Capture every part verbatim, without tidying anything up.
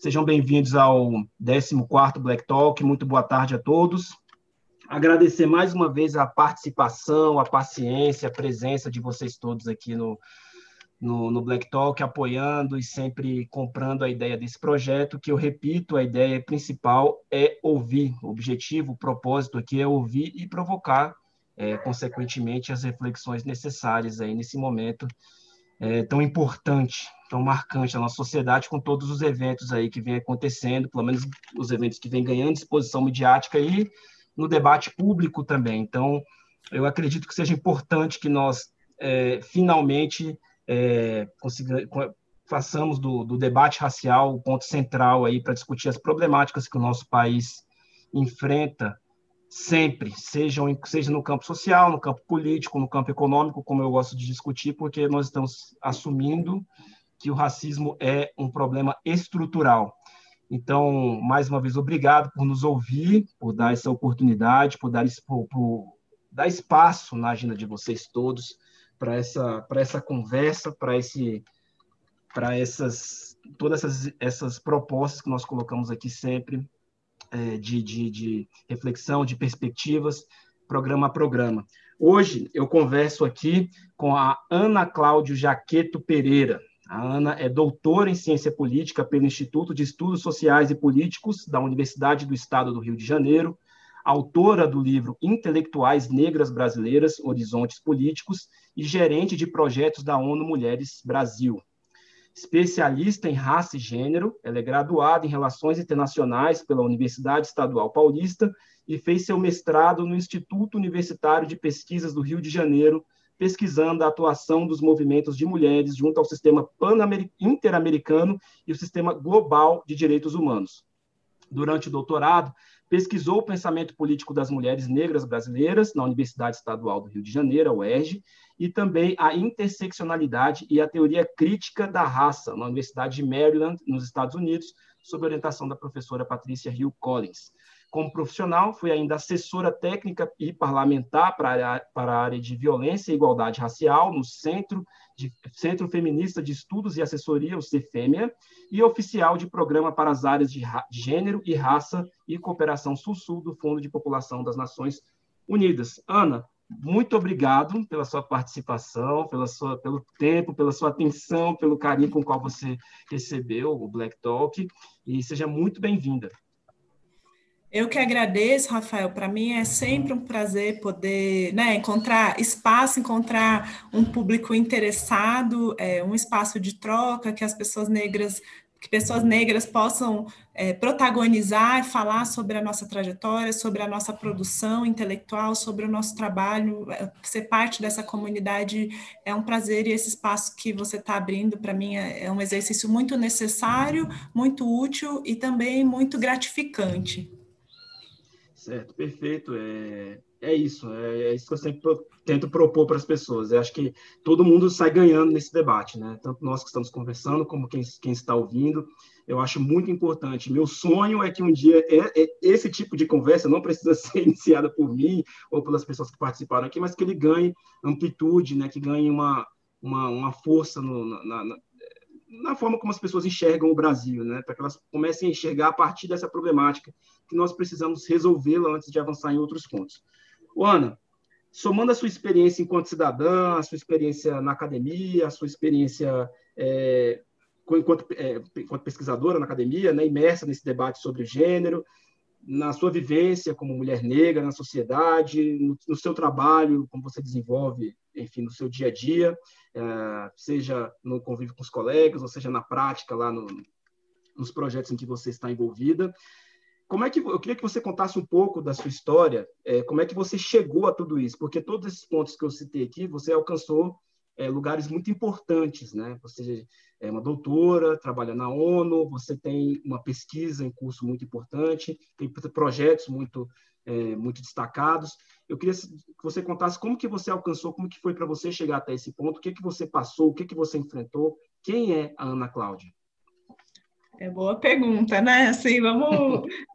Sejam bem-vindos ao décimo quarto Black Talk. Muito boa tarde a todos. Agradecer mais uma vez a participação, a paciência, a presença de vocês todos aqui no, no, no Black Talk, apoiando e sempre comprando a ideia desse projeto, que eu repito, a ideia principal é ouvir. O objetivo, o propósito aqui é ouvir e provocar, é, consequentemente, as reflexões necessárias aí nesse momento é, tão importante, tão marcante na nossa sociedade, com todos os eventos aí que vem acontecendo, pelo menos os eventos que vêm ganhando exposição midiática e no debate público também. Então, eu acredito que seja importante que nós, é, finalmente, é, consiga, façamos do, do debate racial o ponto central aí para discutir as problemáticas que o nosso país enfrenta sempre, sejam, seja no campo social, no campo político, no campo econômico, como eu gosto de discutir, porque nós estamos assumindo que o racismo é um problema estrutural. Então, mais uma vez, obrigado por nos ouvir, por dar essa oportunidade, por dar, por, por dar espaço na agenda de vocês todos para essa, para essa conversa, para esse, para essas, todas essas, essas propostas que nós colocamos aqui sempre, é, de, de, de reflexão, de perspectivas, programa a programa. Hoje, eu converso aqui com a Ana Cláudio Jaqueto Pereira. A Ana é doutora em Ciência Política pelo Instituto de Estudos Sociais e Políticos da Universidade do Estado do Rio de Janeiro, autora do livro Intelectuais Negras Brasileiras, Horizontes Políticos e gerente de projetos da ONU Mulheres Brasil. Especialista em raça e gênero, ela é graduada em Relações Internacionais pela Universidade Estadual Paulista e fez seu mestrado no Instituto Universitário de Pesquisas do Rio de Janeiro, pesquisando a atuação dos movimentos de mulheres junto ao sistema interamericano e o sistema global de direitos humanos. Durante o doutorado, pesquisou o pensamento político das mulheres negras brasileiras na Universidade Estadual do Rio de Janeiro, a U E R J, e também a interseccionalidade e a teoria crítica da raça na Universidade de Maryland, nos Estados Unidos, sob orientação da professora Patrícia Hill Collins. Como profissional, foi ainda assessora técnica e parlamentar para a, para a área de violência e igualdade racial no Centro, de, Centro Feminista de Estudos e Assessoria, o CEFEMEA, e oficial de programa para as áreas de ra, gênero e raça e cooperação sul-sul do Fundo de População das Nações Unidas. Ana, muito obrigado pela sua participação, pela sua, pelo tempo, pela sua atenção, pelo carinho com o qual você recebeu o Black Talk, e seja muito bem-vinda. Eu que agradeço, Rafael. Para mim é sempre um prazer poder, né, encontrar espaço, encontrar um público interessado, é, um espaço de troca, que as pessoas negras, que pessoas negras possam é, protagonizar e falar sobre a nossa trajetória, sobre a nossa produção intelectual, sobre o nosso trabalho. Ser parte dessa comunidade é um prazer, e esse espaço que você está abrindo, para mim, é, é um exercício muito necessário, muito útil e também muito gratificante. Certo, perfeito. É, é isso, é, é isso que eu sempre pro, tento propor para as pessoas. Eu acho que todo mundo sai ganhando nesse debate, né? Tanto nós que estamos conversando, como quem, quem está ouvindo. Eu acho muito importante. Meu sonho é que um dia é, é, esse tipo de conversa não precisa ser iniciada por mim ou pelas pessoas que participaram aqui, mas que ele ganhe amplitude, né? Que ganhe uma, uma, uma força no, na, na na forma como as pessoas enxergam o Brasil, né? Para que elas comecem a enxergar a partir dessa problemática que nós precisamos resolvê-la antes de avançar em outros pontos. Ô, Ana, somando a sua experiência enquanto cidadã, a sua experiência na academia, a sua experiência é, enquanto, é, enquanto pesquisadora na academia, né, imersa nesse debate sobre o gênero, na sua vivência como mulher negra na sociedade, no, no seu trabalho, como você desenvolve, enfim, no seu dia a dia, é, seja no convívio com os colegas, ou seja na prática, lá no, nos projetos em que você está envolvida. Como é que, eu queria que você contasse um pouco da sua história, é, como é que você chegou a tudo isso, porque todos esses pontos que eu citei aqui, você alcançou é, lugares muito importantes, né? Você é uma doutora, trabalha na ONU, você tem uma pesquisa em curso muito importante, tem projetos muito, é, muito destacados. Eu queria que você contasse como que você alcançou, como que foi para você chegar até esse ponto, o que que você passou, o que que você enfrentou, quem é a Ana Cláudia? É boa pergunta, né? Assim, vamos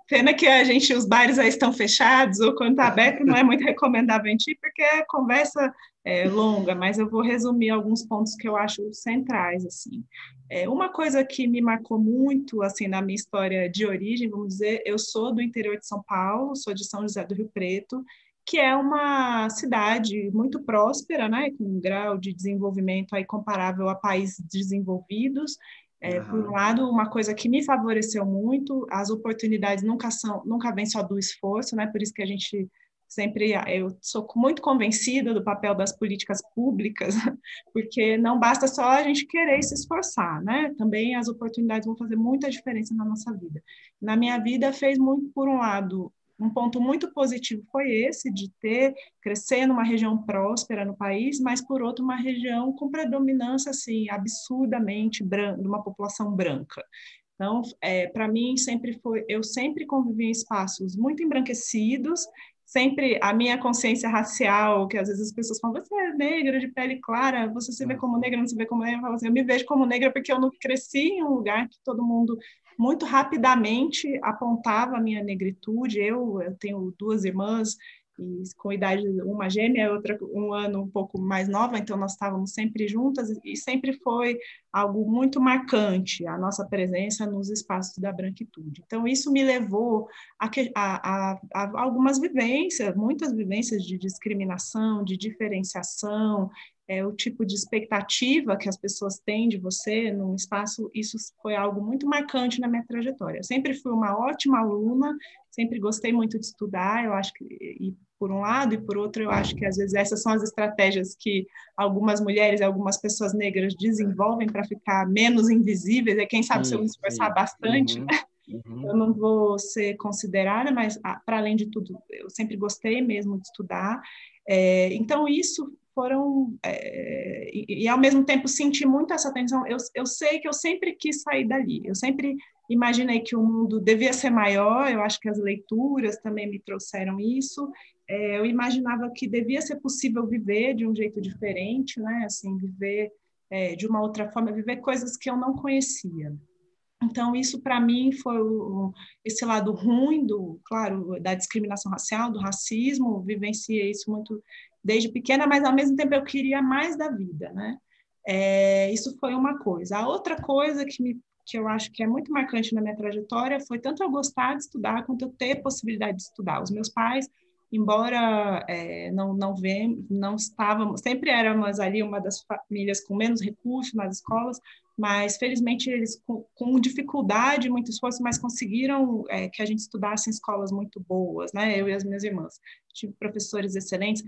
Pena que a gente, os bares aí estão fechados, ou quando está aberto, não é muito recomendável a gente ir, porque a conversa é longa, mas eu vou resumir alguns pontos que eu acho centrais, assim. É, uma coisa que me marcou muito, assim, na minha história de origem, vamos dizer, eu sou do interior de São Paulo, sou de São José do Rio Preto, que é uma cidade muito próspera, né, com um grau de desenvolvimento aí comparável a países desenvolvidos. É, uhum. Por um lado, uma coisa que me favoreceu muito, as oportunidades nunca são, nunca vêm só do esforço, né? Por isso que a gente sempre, eu sou muito convencida do papel das políticas públicas, porque não basta só a gente querer se esforçar, né? Também as oportunidades vão fazer muita diferença na nossa vida. Na minha vida fez muito, por um lado, um ponto muito positivo foi esse, de ter, crescer numa região próspera no país, mas, por outro, uma região com predominância, assim, absurdamente branca, de uma população branca. Então, é, para mim, sempre foi, eu sempre convivi em espaços muito embranquecidos, sempre a minha consciência racial, que às vezes as pessoas falam, você é negra, de pele clara, você se vê como negra, não se vê como negra, eu falo assim, eu me vejo como negra porque eu não cresci em um lugar que todo mundo muito rapidamente apontava a minha negritude. Eu, eu tenho duas irmãs, e com idade, uma gêmea, outra um ano um pouco mais nova, então nós estávamos sempre juntas, e sempre foi algo muito marcante, a nossa presença nos espaços da branquitude. Então, isso me levou a, a, a, a algumas vivências, muitas vivências de discriminação, de diferenciação, é, o tipo de expectativa que as pessoas têm de você num espaço, isso foi algo muito marcante na minha trajetória. Eu sempre fui uma ótima aluna, sempre gostei muito de estudar, eu acho que, e por um lado, e por outro, eu acho que às vezes essas são as estratégias que algumas mulheres e algumas pessoas negras desenvolvem para ficar menos invisíveis, e quem sabe sim, se eu me esforçar sim. bastante, uhum. Uhum. Eu não vou ser considerada, mas, para além de tudo, eu sempre gostei mesmo de estudar. É, então, isso foram... É, e, e, ao mesmo tempo, senti muito essa tensão. Eu, eu sei que eu sempre quis sair dali. Eu sempre imaginei que o mundo devia ser maior. Eu acho que as leituras também me trouxeram isso. É, eu imaginava que devia ser possível viver de um jeito diferente, né? Assim, viver é, de uma outra forma, viver coisas que eu não conhecia. Então, isso, para mim, foi o, esse lado ruim, do, claro, da discriminação racial, do racismo, vivenciei isso muito desde pequena, mas, ao mesmo tempo, eu queria mais da vida, né? É, isso foi uma coisa. A outra coisa que, me, que eu acho que é muito marcante na minha trajetória foi tanto eu gostar de estudar, quanto eu ter possibilidade de estudar. Os meus pais, embora é, não, não, vem, não estávamos, sempre éramos ali uma das famílias com menos recursos nas escolas, mas, felizmente, eles, com, com dificuldade, muito esforço, mas conseguiram é, que a gente estudasse em escolas muito boas, né? Eu e as minhas irmãs. Tive professores excelentes.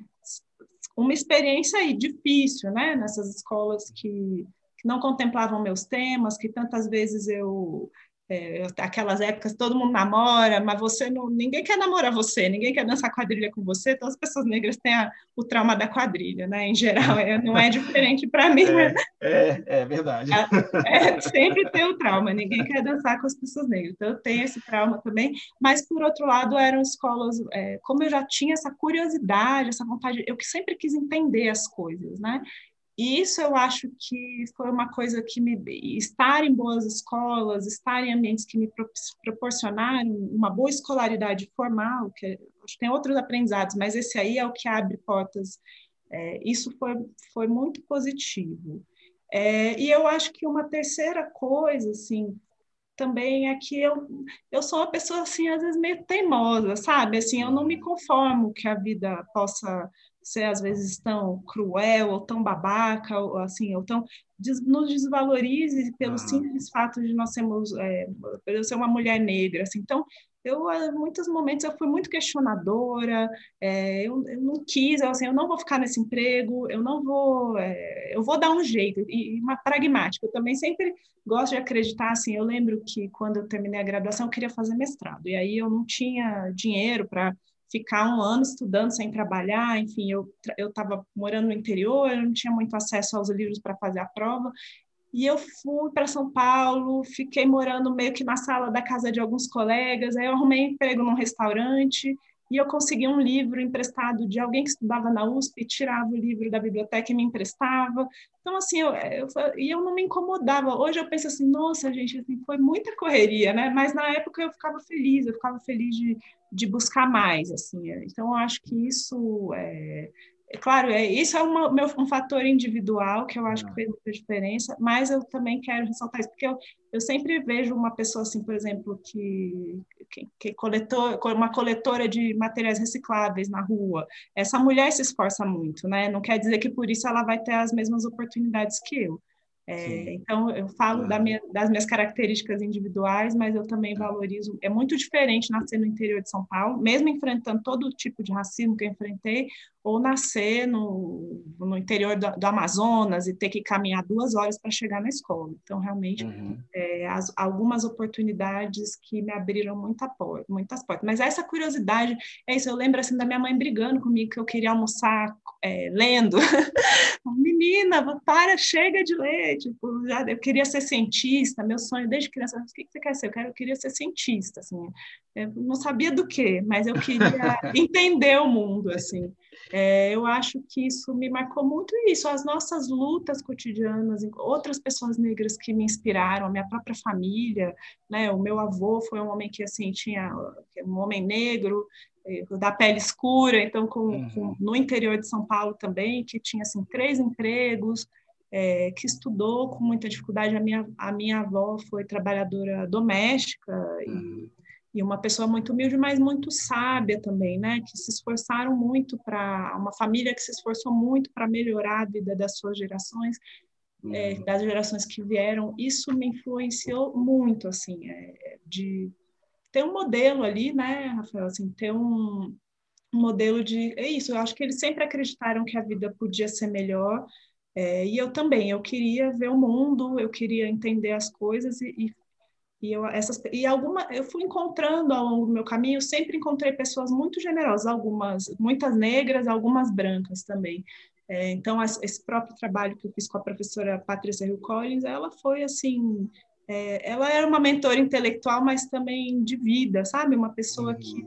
Uma experiência aí difícil, né? Nessas escolas que, que não contemplavam meus temas, que tantas vezes eu... É, aquelas épocas, todo mundo namora, mas você não, ninguém quer namorar você, ninguém quer dançar quadrilha com você, então as pessoas negras têm a, o trauma da quadrilha, né? Em geral, é, não é diferente para mim. É, né? é, é verdade. É, é, sempre tem o trauma, ninguém quer dançar com as pessoas negras, então eu tenho esse trauma também, mas, por outro lado, eram escolas, é, como eu já tinha essa curiosidade, essa vontade, eu que sempre quis entender as coisas, né? E isso eu acho que foi uma coisa que me... Estar em boas escolas, estar em ambientes que me proporcionaram uma boa escolaridade formal, que acho que tem outros aprendizados, mas esse aí é o que abre portas. É, isso foi, foi muito positivo. É, e eu acho que uma terceira coisa, assim, também é que eu, eu sou uma pessoa, assim, às vezes meio teimosa, sabe? Assim, eu não me conformo que a vida possa ser, às vezes, tão cruel ou tão babaca, ou, assim, ou tão... Des, nos desvalorize pelo simples fato de nós sermos... É, eu ser uma mulher negra, assim. Então, eu, em muitos momentos, eu fui muito questionadora, é, eu, eu não quis, eu, assim, eu não vou ficar nesse emprego, eu não vou... É, eu vou dar um jeito, e, e uma pragmática. Eu também sempre gosto de acreditar, assim, eu lembro que quando eu terminei a graduação, eu queria fazer mestrado, e aí eu não tinha dinheiro para ficar um ano estudando sem trabalhar, enfim, eu eu estava morando no interior, eu não tinha muito acesso aos livros para fazer a prova, e eu fui para São Paulo, fiquei morando meio que na sala da casa de alguns colegas, aí eu arrumei emprego num restaurante, e eu conseguia um livro emprestado de alguém que estudava na U S P, tirava o livro da biblioteca e me emprestava. Então, assim, eu, eu, e eu não me incomodava. Hoje eu penso assim, nossa, gente, assim, foi muita correria, né? Mas na época eu ficava feliz, eu ficava feliz de, de buscar mais, assim. Então, eu acho que isso é... É claro, é, isso é uma, meu, um fator individual que eu acho que fez muita diferença, mas eu também quero ressaltar isso, porque eu, eu sempre vejo uma pessoa assim, por exemplo, que, que, que coletor, uma coletora de materiais recicláveis na rua. Essa mulher se esforça muito, né? Não quer dizer que por isso ela vai ter as mesmas oportunidades que eu. É, então, eu falo da minha, das minhas características individuais, mas eu também valorizo. É muito diferente nascer no interior de São Paulo, mesmo enfrentando todo tipo de racismo que eu enfrentei, ou nascer no, no interior do, do Amazonas e ter que caminhar duas horas para chegar na escola. Então, realmente, uhum. é, as, algumas oportunidades que me abriram muita porta, muitas portas. Mas essa curiosidade, é isso, eu lembro assim, da minha mãe brigando comigo, que eu queria almoçar é, lendo. Menina, para, chega de ler. Tipo, já, eu queria ser cientista, meu sonho desde criança. O que você quer ser? Eu, quero, eu queria ser cientista. Assim. Eu não sabia do que, mas eu queria entender o mundo. Assim. É, eu acho que isso me marcou muito isso, as nossas lutas cotidianas, outras pessoas negras que me inspiraram, a minha própria família, né? O meu avô foi um homem que assim tinha um homem negro, da pele escura, então com, uhum. com, no interior de São Paulo também, que tinha assim três empregos, é, que estudou com muita dificuldade. A minha, a minha avó foi trabalhadora doméstica uhum. e E uma pessoa muito humilde, mas muito sábia também, né? Que se esforçaram muito para... Uma família que se esforçou muito para melhorar a vida das suas gerações, uhum. é, das gerações que vieram. Isso me influenciou muito, assim, é, de ter um modelo ali, né, Rafael? Assim, ter um, um modelo de... É isso, eu acho que eles sempre acreditaram que a vida podia ser melhor, é, e eu também. Eu queria ver o mundo, eu queria entender as coisas e, e E, eu, essas, e alguma, eu fui encontrando ao longo do meu caminho, sempre encontrei pessoas muito generosas, algumas, muitas negras, algumas brancas também. É, então, as, esse próprio trabalho que eu fiz com a professora Patrícia Hill Collins, ela foi assim, é, ela era uma mentora intelectual, mas também de vida, sabe? Uma pessoa que...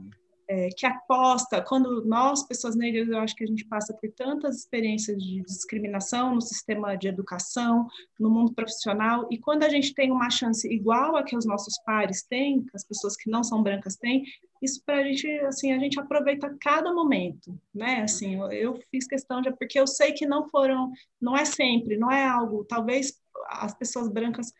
É, que aposta, quando nós, pessoas negras, eu acho que a gente passa por tantas experiências de discriminação no sistema de educação, no mundo profissional, e quando a gente tem uma chance igual a que os nossos pares têm, que as pessoas que não são brancas têm, isso para a gente, assim, a gente aproveita cada momento, né? Assim, eu, eu fiz questão de, porque eu sei que não foram, não é sempre, não é algo, talvez as pessoas brancas,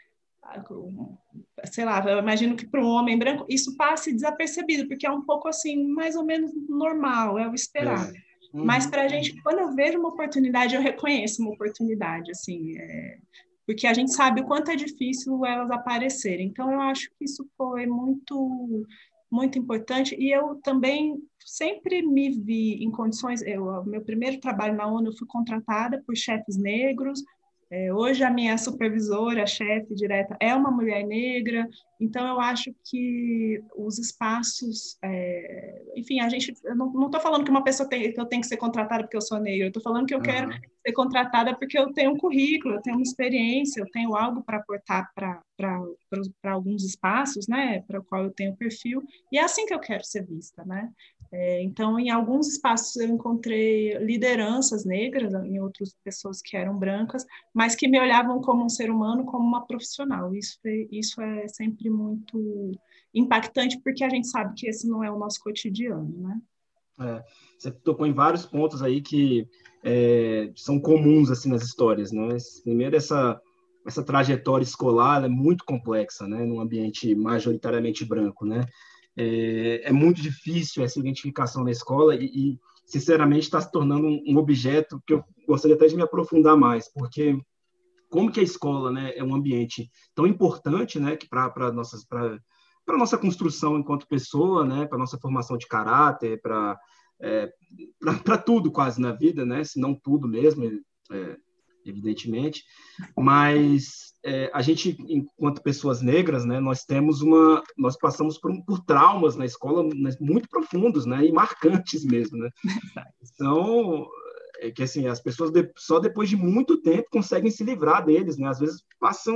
sei lá, eu imagino que para um homem branco isso passe desapercebido, porque é um pouco assim, mais ou menos normal, é o esperado. É. Uhum. Mas para a gente, quando eu vejo uma oportunidade, eu reconheço uma oportunidade, assim, é, porque a gente sabe o quanto é difícil elas aparecerem. Então, eu acho que isso foi muito, muito importante. E eu também sempre me vi em condições... Eu, meu primeiro trabalho na ONU, eu fui contratada por chefes negros. É, hoje a minha supervisora, chefe direta, é uma mulher negra, então eu acho que os espaços, é, enfim, a gente, eu não estou falando que uma pessoa tem, que eu tenho que ser contratada porque eu sou negra, eu estou falando que eu uhum. quero ser contratada porque eu tenho um currículo, eu tenho uma experiência, eu tenho algo para aportar para alguns espaços, né, para o qual eu tenho perfil, e é assim que eu quero ser vista, né? É, então, em alguns espaços eu encontrei lideranças negras, em outras pessoas que eram brancas, mas que me olhavam como um ser humano, como uma profissional. Isso, isso é sempre muito impactante, porque a gente sabe que esse não é o nosso cotidiano, né? É, você tocou em vários pontos aí que é, são comuns assim nas histórias, né? Primeiro, essa essa trajetória escolar é muito complexa, né? Num ambiente majoritariamente branco, né? É, é muito difícil essa identificação na escola e, e sinceramente, está se tornando um, um objeto que eu gostaria até de me aprofundar mais, porque como que a escola, né, é um ambiente tão importante, né, que para para nossas para para nossa construção enquanto pessoa, né, para nossa formação de caráter, para é, para tudo quase na vida, né, se não tudo mesmo, é, evidentemente, mas é, a gente, enquanto pessoas negras, né, nós temos uma, nós passamos por, por traumas na escola muito profundos, né, e marcantes mesmo, né. Então, é que assim as pessoas de, só depois de muito tempo conseguem se livrar deles, né, às vezes passam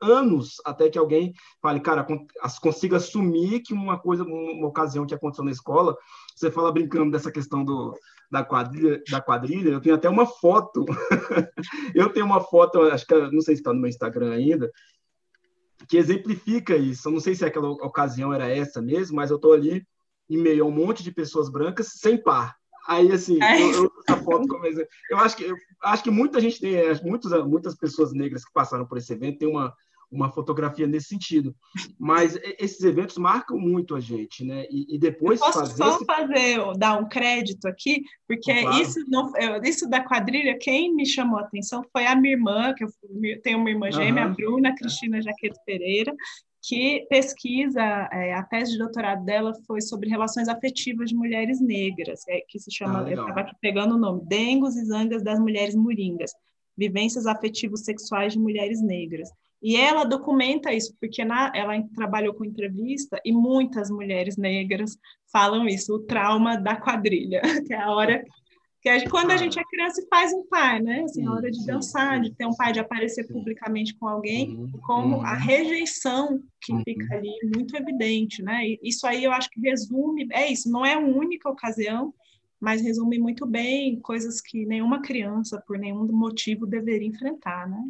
anos até que alguém fale, cara, consiga assumir que uma coisa, uma ocasião que aconteceu na escola, você fala brincando dessa questão do, da, quadrilha, da quadrilha, eu tenho até uma foto, eu tenho uma foto, acho que, não sei se está no meu Instagram ainda, que exemplifica isso. Eu não sei se aquela ocasião era essa mesmo, mas eu estou ali em meio a um monte de pessoas brancas sem par. Aí, assim, eu, eu essa foto como exemplo. Eu acho que, eu acho que muita gente tem, muitos, muitas pessoas negras que passaram por esse evento têm uma, uma fotografia nesse sentido. Mas esses eventos marcam muito a gente, né? E, e depois eu posso fazer só esse... fazer, dar um crédito aqui, porque claro. isso, não, isso da quadrilha, quem me chamou a atenção foi a minha irmã, que eu tenho uma irmã gêmea, uhum. a Bruna Cristina Jaqueto Pereira, que pesquisa, é, a tese de doutorado dela foi sobre relações afetivas de mulheres negras, é, que se chama, ah, eu estava aqui pegando o nome, Dengos e Zangas das Mulheres Moringas, Vivências Afetivos Sexuais de Mulheres Negras. E ela documenta isso, porque na, ela trabalhou com entrevista e muitas mulheres negras falam isso, o trauma da quadrilha, que é a hora... que a, quando a gente é criança faz um pai, né? Assim, a hora de dançar, de ter um pai, de aparecer publicamente com alguém, uhum, como uhum. a rejeição que uhum. fica ali muito evidente, né? E isso aí eu acho que resume, é isso, não é a única ocasião, mas resume muito bem coisas que nenhuma criança, por nenhum motivo, deveria enfrentar, né?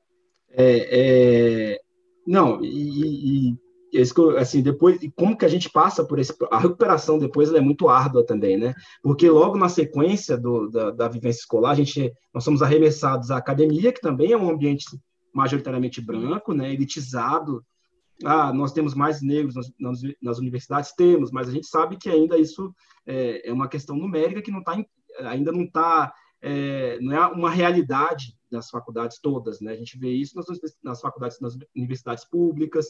É, é... Não, e... e... assim, depois, como que a gente passa por esse... A recuperação depois ela é muito árdua também, né? Porque logo na sequência do, da, da vivência escolar, a gente, nós somos arremessados à academia, que também é um ambiente majoritariamente branco, né? Elitizado. Ah, nós temos mais negros nas, nas, nas universidades? Temos, mas a gente sabe que ainda isso é, é uma questão numérica que não tá, ainda não está... É, não é uma realidade das faculdades todas, né? A gente vê isso nas, nas faculdades, nas universidades públicas,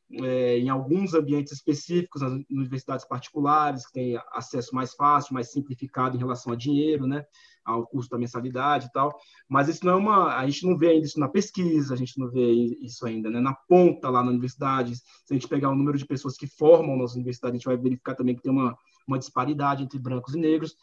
É, em alguns ambientes específicos, nas universidades particulares, que têm acesso mais fácil, mais simplificado em relação a dinheiro, né, ao custo da mensalidade e tal, mas isso não é uma, a gente não vê ainda isso na pesquisa, a gente não vê isso ainda, né, na ponta lá na universidade. Se a gente pegar o número de pessoas que formam nas universidades, a gente vai verificar também que tem uma, uma disparidade entre brancos e negros.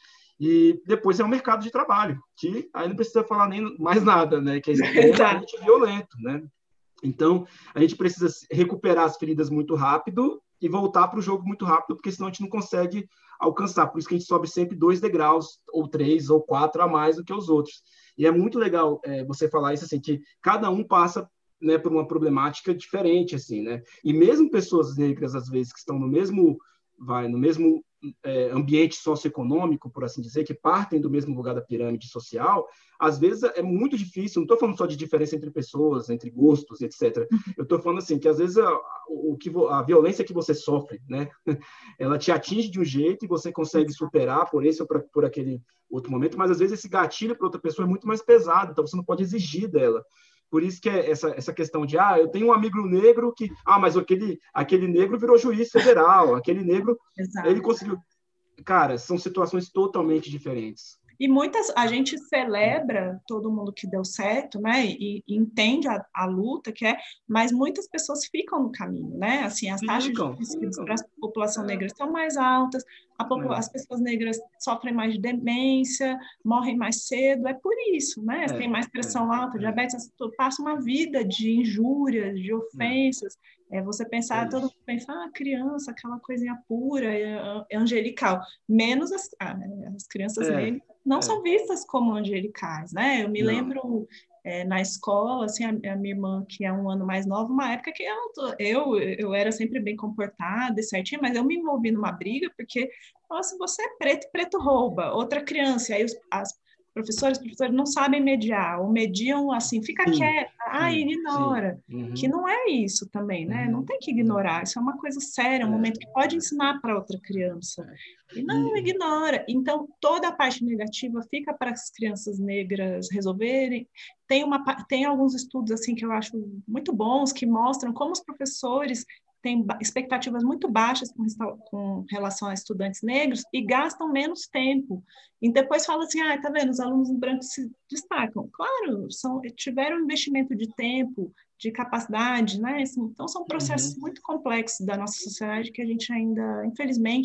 E depois é o mercado de trabalho, que aí não precisa falar nem mais nada, né, que é extremamente violento, né. Então, a gente precisa recuperar as feridas muito rápido e voltar para o jogo muito rápido, porque senão a gente não consegue alcançar. Por isso que a gente sobe sempre dois degraus, ou três, ou quatro a mais do que os outros. E é muito legal é, você falar isso, assim, que cada um passa, né, por uma problemática diferente, assim, né? E mesmo pessoas negras, às vezes, que estão no mesmo, vai, no mesmo é, ambiente socioeconômico, por assim dizer, que partem do mesmo lugar da pirâmide social, às vezes é muito difícil. Não estou falando só de diferença entre pessoas, entre gostos, etcétera. Eu estou falando assim que às vezes a, o que a violência que você sofre, né, ela te atinge de um jeito e você consegue superar por esse ou por, por aquele outro momento, mas às vezes esse gatilho para outra pessoa é muito mais pesado, então você não pode exigir dela. Por isso que é essa, essa questão de, ah, eu tenho um amigo negro que, ah, mas aquele, aquele negro virou juiz federal, aquele negro, Exato. Ele conseguiu. Cara, são situações totalmente diferentes. E muitas, a gente celebra todo mundo que deu certo, né, e, e entende a, a luta que é, mas muitas pessoas ficam no caminho, né, assim, as ficam, taxas de suicídios para a população é. negra são mais altas, a popula- é. as pessoas negras sofrem mais de demência, morrem mais cedo, é por isso, né, é. tem mais pressão alta, diabetes, passa uma vida de injúrias, de ofensas, é. É você pensar, é todo mundo pensa, ah, criança, aquela coisinha pura, é, é angelical, menos as, ah, as crianças é. negras não é. são vistas como angelicais, né? Eu me não. lembro é, na escola, assim, a, a minha irmã, que é um ano mais nova, uma época que eu, eu, eu era sempre bem comportada e certinha, mas eu me envolvi numa briga porque, nossa, você é preto, preto rouba, outra criança, e aí os, as professores, professores não sabem mediar, ou mediam assim, fica sim, quieta, ah, ignora, uhum. que não é isso também, né? Uhum. Não tem que ignorar, isso é uma coisa séria, um é. momento que pode ensinar para outra criança. E não e... ignora. Então, toda a parte negativa fica para as crianças negras resolverem. Tem, uma, tem alguns estudos assim que eu acho muito bons, que mostram como os professores têm expectativas muito baixas com, com relação a estudantes negros e gastam menos tempo. E depois fala assim, ah, tá vendo, os alunos brancos se destacam. Claro, são, tiveram investimento de tempo, de capacidade, né? Então, são processos uhum. muito complexos da nossa sociedade que a gente ainda, infelizmente,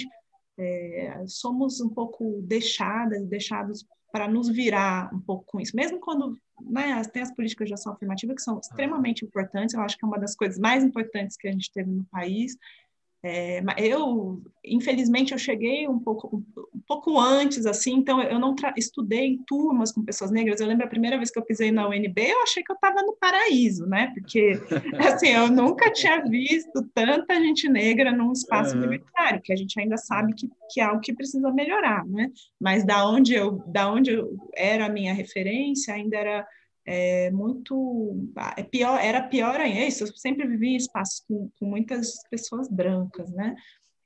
É, somos um pouco deixadas, deixados para nos virar um pouco com isso. Mesmo quando né, tem as políticas de ação afirmativa que são extremamente importantes, eu acho que é uma das coisas mais importantes que a gente teve no país. É, eu, infelizmente, eu cheguei um pouco, um pouco antes, assim, então eu não estudei em turmas com pessoas negras. Eu lembro a primeira vez que eu pisei na U N B, eu achei que eu estava no paraíso, né? Porque, assim, eu nunca tinha visto tanta gente negra num espaço Uhum. universitário, que a gente ainda sabe que, que é algo que precisa melhorar, né? Mas da onde eu, da onde eu era a minha referência, ainda era É muito é pior, era pior ainda. É isso, eu sempre vivi em espaços com, com muitas pessoas brancas, né?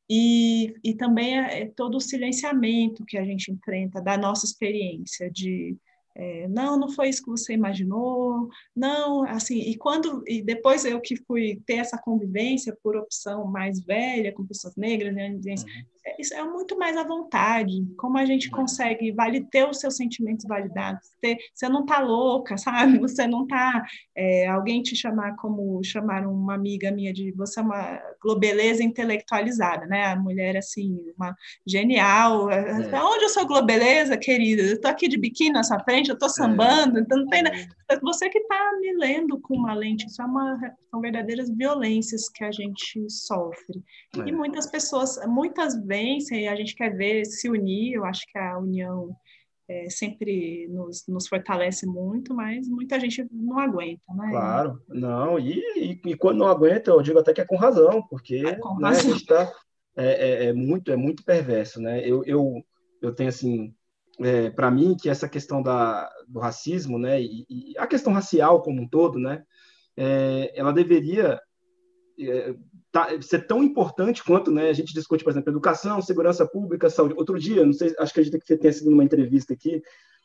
E, e também é, é todo o silenciamento que a gente enfrenta da nossa experiência de é, não, não foi isso que você imaginou, não, assim, e quando, e depois eu que fui ter essa convivência por opção mais velha com pessoas negras, né, é, isso é muito mais à vontade, como a gente consegue vale, ter os seus sentimentos validados, ter, você não tá louca, sabe, você não tá, é, alguém te chamar como, chamaram uma amiga minha de, você é uma globeleza intelectualizada, né, a mulher, assim, uma genial, é. Onde eu sou globeleza, querida, eu tô aqui de biquíni na sua frente, eu tô sambando, é. Então não tem nada. Você que está me lendo com uma lente, isso é uma, são verdadeiras violências que a gente sofre. É. E muitas pessoas, muitas vencem, e a gente quer ver se unir, eu acho que a união é, sempre nos, nos fortalece muito, mas muita gente não aguenta, né? Claro, não, e, e, e quando não aguenta, eu digo até que é com razão, porque é com né, razão. A gente está é, é, é, muito, é muito perverso, né? Eu, eu, eu tenho, assim, é, para mim, que essa questão da, do racismo, né, e, e a questão racial como um todo, né, é, ela deveria é, tá, ser tão importante quanto, né, a gente discute, por exemplo, educação, segurança pública, saúde. Outro dia, não sei, acho que a gente tenha sido numa entrevista aqui,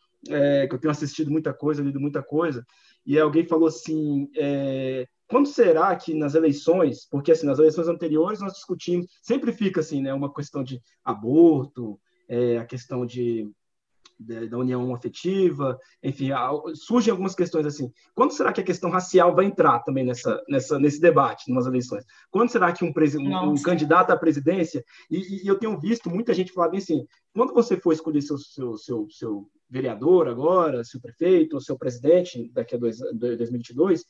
é, que eu tenho assistido muita coisa, lido muita coisa, e alguém falou assim, é, quando será que nas eleições, porque assim, nas eleições anteriores nós discutimos, sempre fica assim, né, uma questão de aborto, é, a questão de, de, da união afetiva, enfim, surgem algumas questões assim. Quando será que a questão racial vai entrar também nessa, nessa, nesse debate, nas eleições? Quando será que um, um, um candidato à presidência, e, e eu tenho visto muita gente falar bem assim, quando você for escolher seu, seu, seu, seu vereador agora, seu prefeito, ou seu presidente daqui a dois, dois mil e vinte e dois,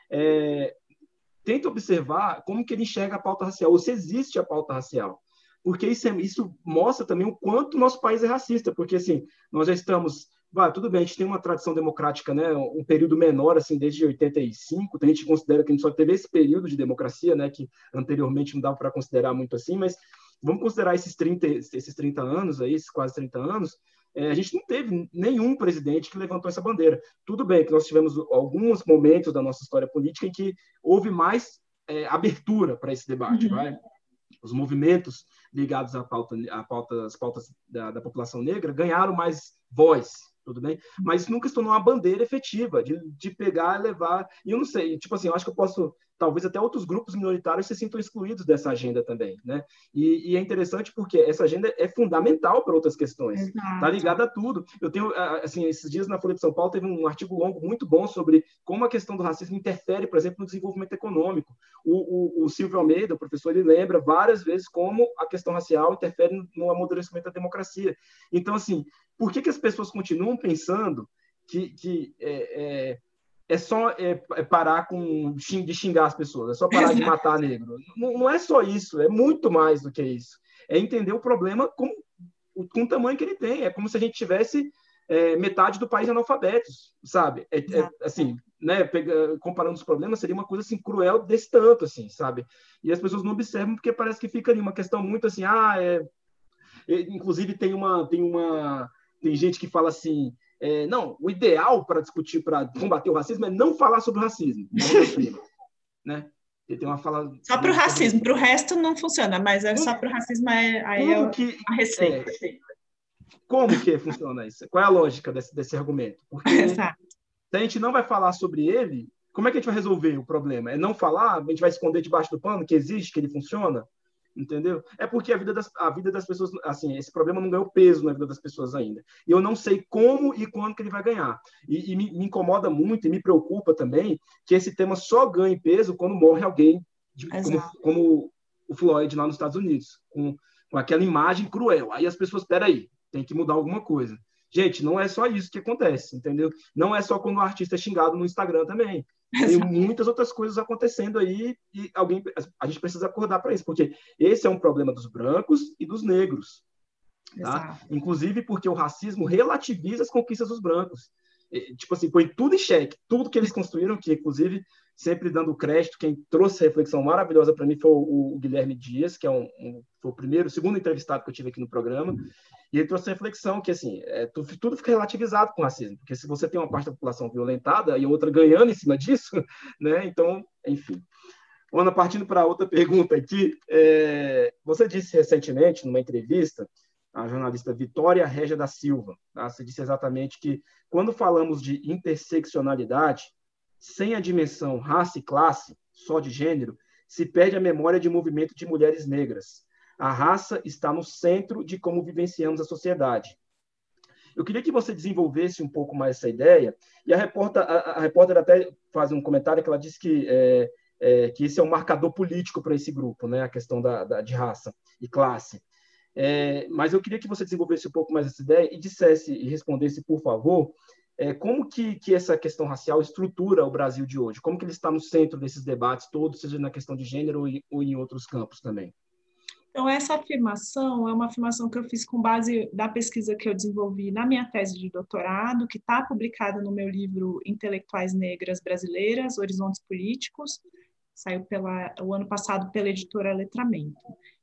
é, tenta observar como que ele enxerga a pauta racial, ou se existe a pauta racial. Porque isso, é, isso mostra também o quanto o nosso país é racista, porque assim, nós já estamos... Bah, tudo bem, a gente tem uma tradição democrática, né, um período menor, assim, desde oitenta e cinco, a gente considera que a gente só teve esse período de democracia, né, que anteriormente não dava para considerar muito assim, mas vamos considerar esses trinta, esses trinta anos, aí, esses quase trinta anos, é, a gente não teve nenhum presidente que levantou essa bandeira. Tudo bem que nós tivemos alguns momentos da nossa história política em que houve mais é, abertura para esse debate, uhum. Vai? Os movimentos ligados à pauta, à pauta, às pautas da, da população negra ganharam mais voz, tudo bem? Mas isso nunca se tornou uma bandeira efetiva de, de pegar e levar. E eu não sei, tipo assim, eu acho que eu posso, talvez até outros grupos minoritários se sintam excluídos dessa agenda também, né? E, e é interessante porque essa agenda é fundamental para outras questões. Exato. Tá ligada a tudo. Eu tenho, assim, esses dias na Folha de São Paulo teve um artigo longo muito bom sobre como a questão do racismo interfere, por exemplo, no desenvolvimento econômico. O, o, o Silvio Almeida, o professor, ele lembra várias vezes como a questão racial interfere no amadurecimento da democracia. Então, assim, por que, que as pessoas continuam pensando que, que é, é, é só é, é parar com, de xingar as pessoas, é só parar de matar negro? Não, não é só isso, é muito mais do que isso. É entender o problema com, com o tamanho que ele tem. É como se a gente tivesse é, metade do país analfabetos, sabe? É, é, assim, né, pega, comparando os problemas, seria uma coisa assim, cruel desse tanto, assim, sabe? E as pessoas não observam porque parece que fica ali uma questão muito assim, ah, é... Inclusive tem uma... Tem uma Tem gente que fala assim, é, não, o ideal para discutir, para combater o racismo é não falar sobre o racismo, né? E tem uma fala... Só para o racismo, para o resto não funciona, mas é só para o racismo é, aí é que, a receita. É, como que funciona isso? Qual é a lógica desse, desse argumento? Porque Exato. Se a gente não vai falar sobre ele, como é que a gente vai resolver o problema? É não falar? A gente vai esconder debaixo do pano que existe, que ele funciona? Entendeu? É porque a vida das, a vida das pessoas, assim, esse problema não ganhou peso na vida das pessoas ainda. E eu não sei como e quando que ele vai ganhar. E, e me, me incomoda muito e me preocupa também que esse tema só ganhe peso quando morre alguém, de, como, como o Floyd lá nos Estados Unidos, com, com aquela imagem cruel. Aí as pessoas, peraí, tem que mudar alguma coisa. Gente, não é só isso que acontece, entendeu? Não é só quando o artista é xingado no Instagram também. Tem muitas outras coisas acontecendo aí e alguém, a gente precisa acordar para isso, porque esse é um problema dos brancos e dos negros. Tá? Inclusive porque o racismo relativiza as conquistas dos brancos. E, tipo assim, põe tudo em xeque, tudo que eles construíram, que inclusive, sempre dando crédito, quem trouxe a reflexão maravilhosa para mim foi o, o Guilherme Dias, que é um, um, foi o primeiro, o segundo entrevistado que eu tive aqui no programa, e ele trouxe a reflexão que, assim, é, tudo, tudo fica relativizado com o racismo, porque se você tem uma parte da população violentada e outra ganhando em cima disso, né, então, enfim. Ana, partindo para outra pergunta aqui, é, você disse recentemente, numa entrevista, a jornalista Vitória Régia da Silva, tá? Você disse exatamente que, quando falamos de interseccionalidade, sem a dimensão raça e classe, só de gênero, se perde a memória de movimento de mulheres negras. A raça está no centro de como vivenciamos a sociedade. Eu queria que você desenvolvesse um pouco mais essa ideia, e a repórter, a, a repórter até faz um comentário que ela disse que, é, é, que esse é um marcador político para esse grupo, né? A questão da, da, de raça e classe. É, mas eu queria que você desenvolvesse um pouco mais essa ideia e dissesse e respondesse, por favor, é, como que, que essa questão racial estrutura o Brasil de hoje? Como que ele está no centro desses debates todos, seja na questão de gênero ou em, ou em outros campos também? Então, essa afirmação é uma afirmação que eu fiz com base da pesquisa que eu desenvolvi na minha tese de doutorado, que está publicada no meu livro Intelectuais Negras Brasileiras, Horizontes Políticos, saiu pela, o ano passado pela editora Letramento.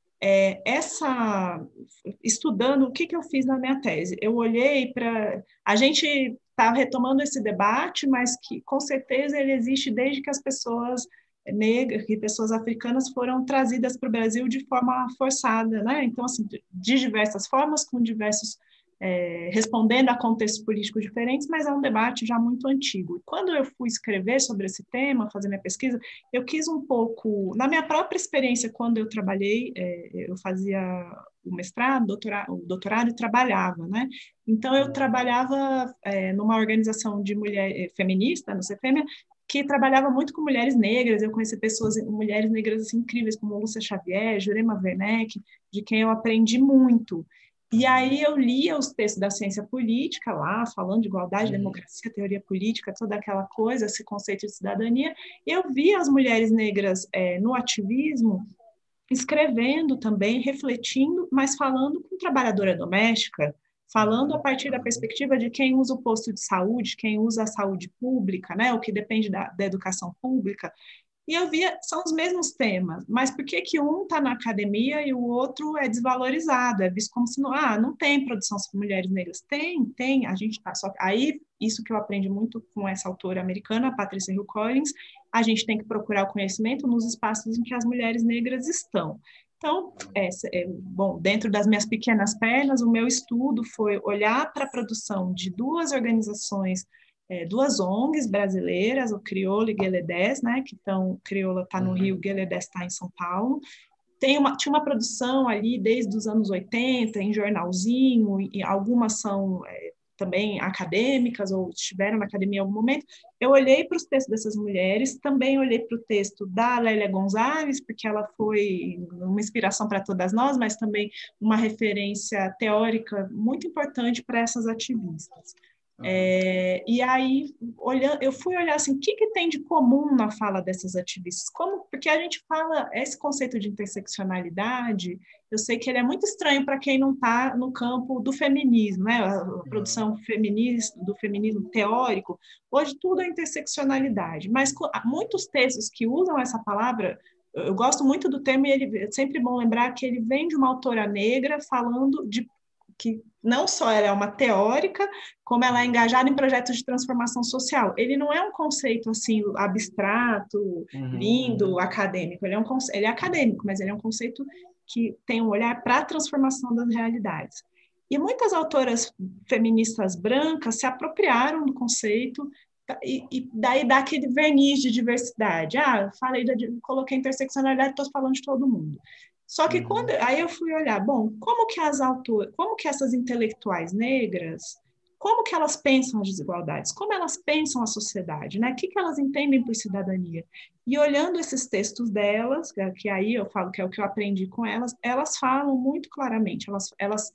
É, essa, estudando, o que, que eu fiz na minha tese? Eu olhei para... A gente está retomando esse debate, mas que, com certeza, ele existe desde que as pessoas negras, que pessoas africanas foram trazidas para o Brasil de forma forçada, né? Então, assim, de diversas formas, com diversos... É, respondendo a contextos políticos diferentes, mas é um debate já muito antigo. Quando eu fui escrever sobre esse tema, fazer minha pesquisa, eu quis um pouco, na minha própria experiência, quando eu trabalhei, é, eu fazia o mestrado, doutorado, o doutorado e trabalhava, né? Então, eu trabalhava é, numa organização de mulher feminista, no CEFEMEA, que trabalhava muito com mulheres negras. Eu conheci pessoas, mulheres negras assim, incríveis, como Lúcia Xavier, Jurema Werneck, de quem eu aprendi muito. E aí eu lia os textos da ciência política lá, falando de igualdade, uhum. democracia, teoria política, toda aquela coisa, esse conceito de cidadania. E eu via as mulheres negras é, no ativismo, escrevendo também, refletindo, mas falando com trabalhadora doméstica, falando a partir da perspectiva de quem usa o posto de saúde, quem usa a saúde pública, né, o que depende da, da educação pública. E eu via, são os mesmos temas, mas por que que um está na academia e o outro é desvalorizado? É visto como se não, ah, não tem produção sobre mulheres negras. Tem, tem, a gente tá, só aí, isso que eu aprendi muito com essa autora americana, a Patricia Hill Collins, a gente tem que procurar o conhecimento nos espaços em que as mulheres negras estão. Então, é, é, bom, dentro das minhas pequenas pernas, o meu estudo foi olhar para a produção de duas organizações, É, duas O N Gs brasileiras, o Crioula e Gueledés, né, que estão, Crioula está no Rio, Gueledés está em São Paulo. Tem uma, tinha uma produção ali desde os anos oitenta, em jornalzinho, e algumas são é, também acadêmicas, ou estiveram na academia em algum momento. Eu olhei para os textos dessas mulheres, também olhei para o texto da Lélia Gonzalez, porque ela foi uma inspiração para todas nós, mas também uma referência teórica muito importante para essas ativistas. Uhum. É, e aí, olhando, eu fui olhar assim, o que, que tem de comum na fala dessas ativistas? Como, porque a gente fala, esse conceito de interseccionalidade, eu sei que ele é muito estranho para quem não está no campo do feminismo, né? A, a produção feminista, do feminismo teórico, hoje tudo é interseccionalidade, mas muitos textos que usam essa palavra, eu gosto muito do termo, e ele, é sempre bom lembrar que ele vem de uma autora negra falando de que não só ela é uma teórica, como ela é engajada em projetos de transformação social. Ele não é um conceito assim abstrato, uhum. lindo, acadêmico. Ele é, um, ele é acadêmico, mas ele é um conceito que tem um olhar para a transformação das realidades. E muitas autoras feministas brancas se apropriaram do conceito e, e daí dá aquele verniz de diversidade. Ah, falei da, coloquei interseccionalidade, estou falando de todo mundo. Só que quando aí eu fui olhar, bom, como que as autoras, como que essas intelectuais negras, como que elas pensam as desigualdades, como elas pensam a sociedade, né? O que que elas entendem por cidadania? E olhando esses textos delas, que aí eu falo que é o que eu aprendi com elas, elas falam muito claramente, elas, elas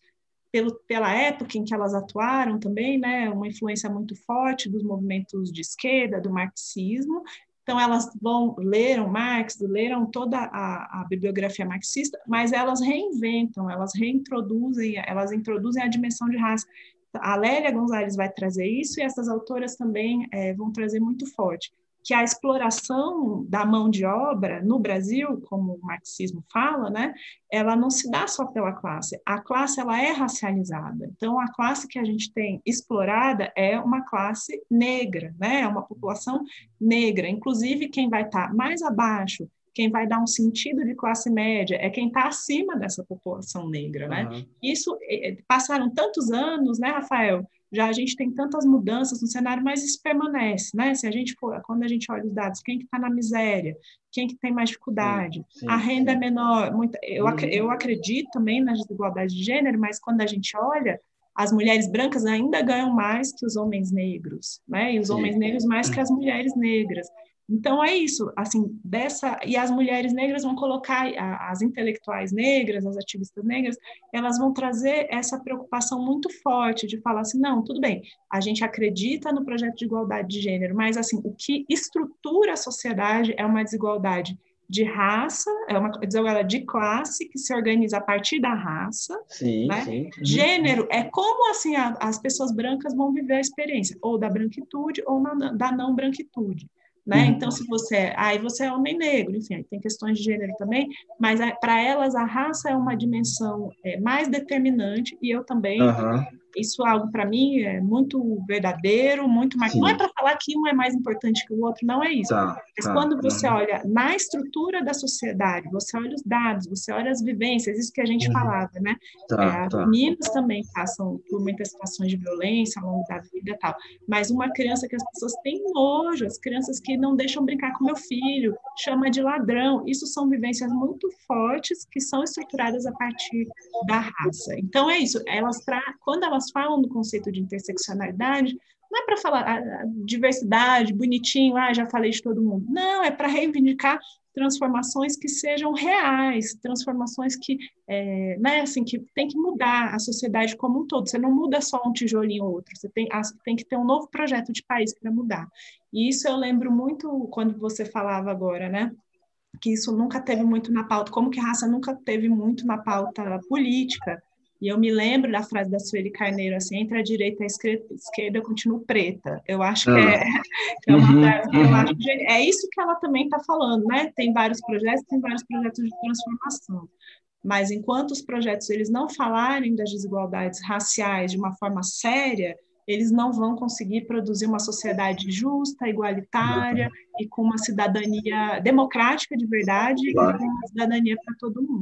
pelo, pela época em que elas atuaram também, né, uma influência muito forte dos movimentos de esquerda, do marxismo. Então, elas vão, leram Marx, leram toda a, a bibliografia marxista, mas elas reinventam, elas reintroduzem, elas introduzem a dimensão de raça. A Lélia Gonzalez vai trazer isso, e essas autoras também é, vão trazer muito forte, que a exploração da mão de obra no Brasil, como o marxismo fala, né, ela não se dá só pela classe. A classe ela é racializada. Então, a classe que a gente tem explorada é uma classe negra, né, é uma população negra. Inclusive, quem vai estar mais abaixo, quem vai dar um sentido de classe média, é quem está acima dessa população negra, né? Uhum. Isso, passaram tantos anos, né, Rafael? Já a gente tem tantas mudanças no cenário, mas isso permanece, né? Se a gente for, quando a gente olha os dados, quem que está na miséria, quem que tem mais dificuldade, sim, sim, a renda sim. é menor. Muita, eu, uhum. eu acredito também nas desigualdades de gênero, mas quando a gente olha, as mulheres brancas ainda ganham mais que os homens negros, né? E os sim. homens negros mais que as mulheres negras. Então, é isso, assim, dessa... E as mulheres negras vão colocar, as intelectuais negras, as ativistas negras, elas vão trazer essa preocupação muito forte de falar assim, não, tudo bem, a gente acredita no projeto de igualdade de gênero, mas, assim, o que estrutura a sociedade é uma desigualdade de raça, é uma desigualdade de classe que se organiza a partir da raça, sim, né? Sim. Gênero é como, assim, a, as pessoas brancas vão viver a experiência, ou da branquitude ou na, da não branquitude. Né? Uhum. Então, se você é, aí você é homem negro, enfim, tem questões de gênero também, mas para elas a raça é uma dimensão é, mais determinante, e eu também, uhum. isso é algo para mim é muito verdadeiro, muito mais, Sim. não é para falar que um é mais importante que o outro, não é isso, tá, mas tá. quando você uhum. olha na estrutura da sociedade, você olha os dados, você olha as vivências, isso que a gente uhum. falava, né? Tá, é, as tá. meninas também passam por muitas situações de violência ao longo da vida e tal, mas uma criança que as pessoas têm nojo, as crianças que não deixam brincar com meu filho, chama de ladrão, isso são vivências muito fortes que são estruturadas a partir da raça. Então é isso, elas tra... quando elas falam do conceito de interseccionalidade, não é para falar a diversidade, bonitinho, ah, já falei de todo mundo. Não, é para reivindicar transformações que sejam reais, transformações que, é, né, assim, que tem que mudar a sociedade como um todo. Você não muda só um tijolinho ou outro, você tem, tem que ter um novo projeto de país para mudar. E isso eu lembro muito quando você falava agora, né, que isso nunca teve muito na pauta, como que raça nunca teve muito na pauta política. E eu me lembro da frase da Sueli Carneiro, assim, entre a direita e a esquerda, esquerda eu continuo preta. Eu acho que é, que é uma uhum, frase que eu acho que é isso que ela também está falando, né? Tem vários projetos, tem vários projetos de transformação. Mas enquanto os projetos eles não falarem das desigualdades raciais de uma forma séria, eles não vão conseguir produzir uma sociedade justa, igualitária uhum. e com uma cidadania democrática de verdade claro. E com uma cidadania para todo mundo.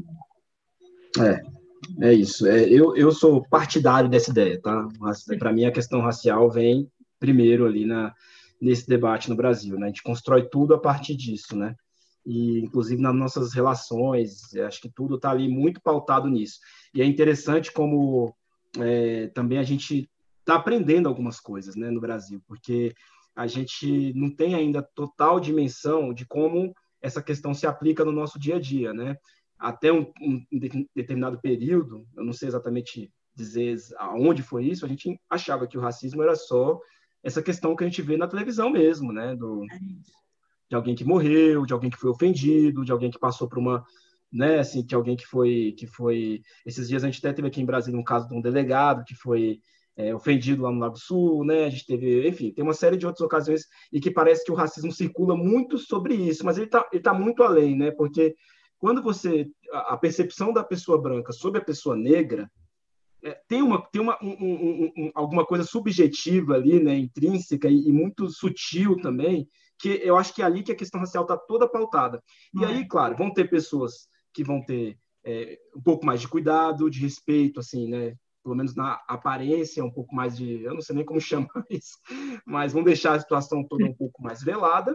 É. É isso. É, eu, eu sou partidário dessa ideia, tá? Para mim, a questão racial vem primeiro ali na, nesse debate no Brasil, né? A gente constrói tudo a partir disso, né? E, inclusive, nas nossas relações, acho que tudo está ali muito pautado nisso. E é interessante como é, também a gente está aprendendo algumas coisas, né, no Brasil, porque a gente não tem ainda total dimensão de como essa questão se aplica no nosso dia a dia, né? Até um, um determinado período, eu não sei exatamente dizer aonde foi isso, a gente achava que o racismo era só essa questão que a gente vê na televisão mesmo, né? Do, de alguém que morreu, de alguém que foi ofendido, de alguém que passou por uma, né, assim, de alguém que foi, que foi... Esses dias a gente até teve aqui em Brasília um caso de um delegado que foi é, ofendido lá no Lago Sul, né? A gente teve, enfim, tem uma série de outras ocasiões e que parece que o racismo circula muito sobre isso, mas ele está ele tá muito além, né? Porque quando você... A percepção da pessoa branca sobre a pessoa negra é, tem, uma, tem uma, um, um, um, alguma coisa subjetiva ali, né, intrínseca e, e muito sutil também, que eu acho que é ali que a questão racial está toda pautada. E aí, claro, vão ter pessoas que vão ter é, um pouco mais de cuidado, de respeito, assim, né? Pelo menos na aparência, um pouco mais de... Eu não sei nem como chamar isso, mas vão deixar a situação toda um pouco mais velada.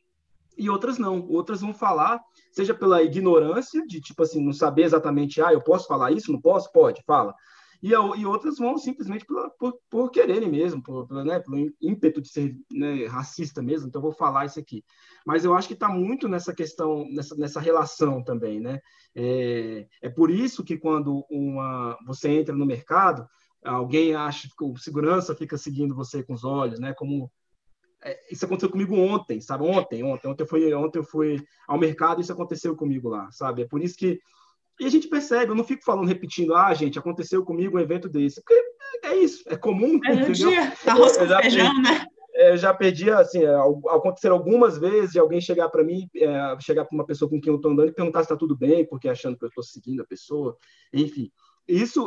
E outras não, outras vão falar, seja pela ignorância, de tipo assim, não saber exatamente, ah, eu posso falar isso, não posso? Pode, fala. e, a, e outras vão simplesmente por, por, por quererem mesmo, por, por, né, pelo ímpeto de ser, né, racista mesmo, então eu vou falar isso aqui. Mas eu acho que está muito nessa questão, nessa, nessa relação também, né? É, é por isso que quando uma, você entra no mercado, alguém acha que o segurança fica seguindo você com os olhos, né? Como isso aconteceu comigo ontem, sabe? Ontem, ontem, ontem eu fui, ontem eu fui ao mercado e isso aconteceu comigo lá, sabe? É por isso que e a gente percebe, eu não fico falando, repetindo, ah, gente, aconteceu comigo um evento desse, porque é isso, é comum, É no entendeu? dia, arroz com Eu já, feijão, né? eu já perdi, assim, acontecer algumas vezes de alguém chegar para mim, é, chegar para uma pessoa com quem eu estou andando e perguntar se está tudo bem, porque achando que eu estou seguindo a pessoa, enfim. Isso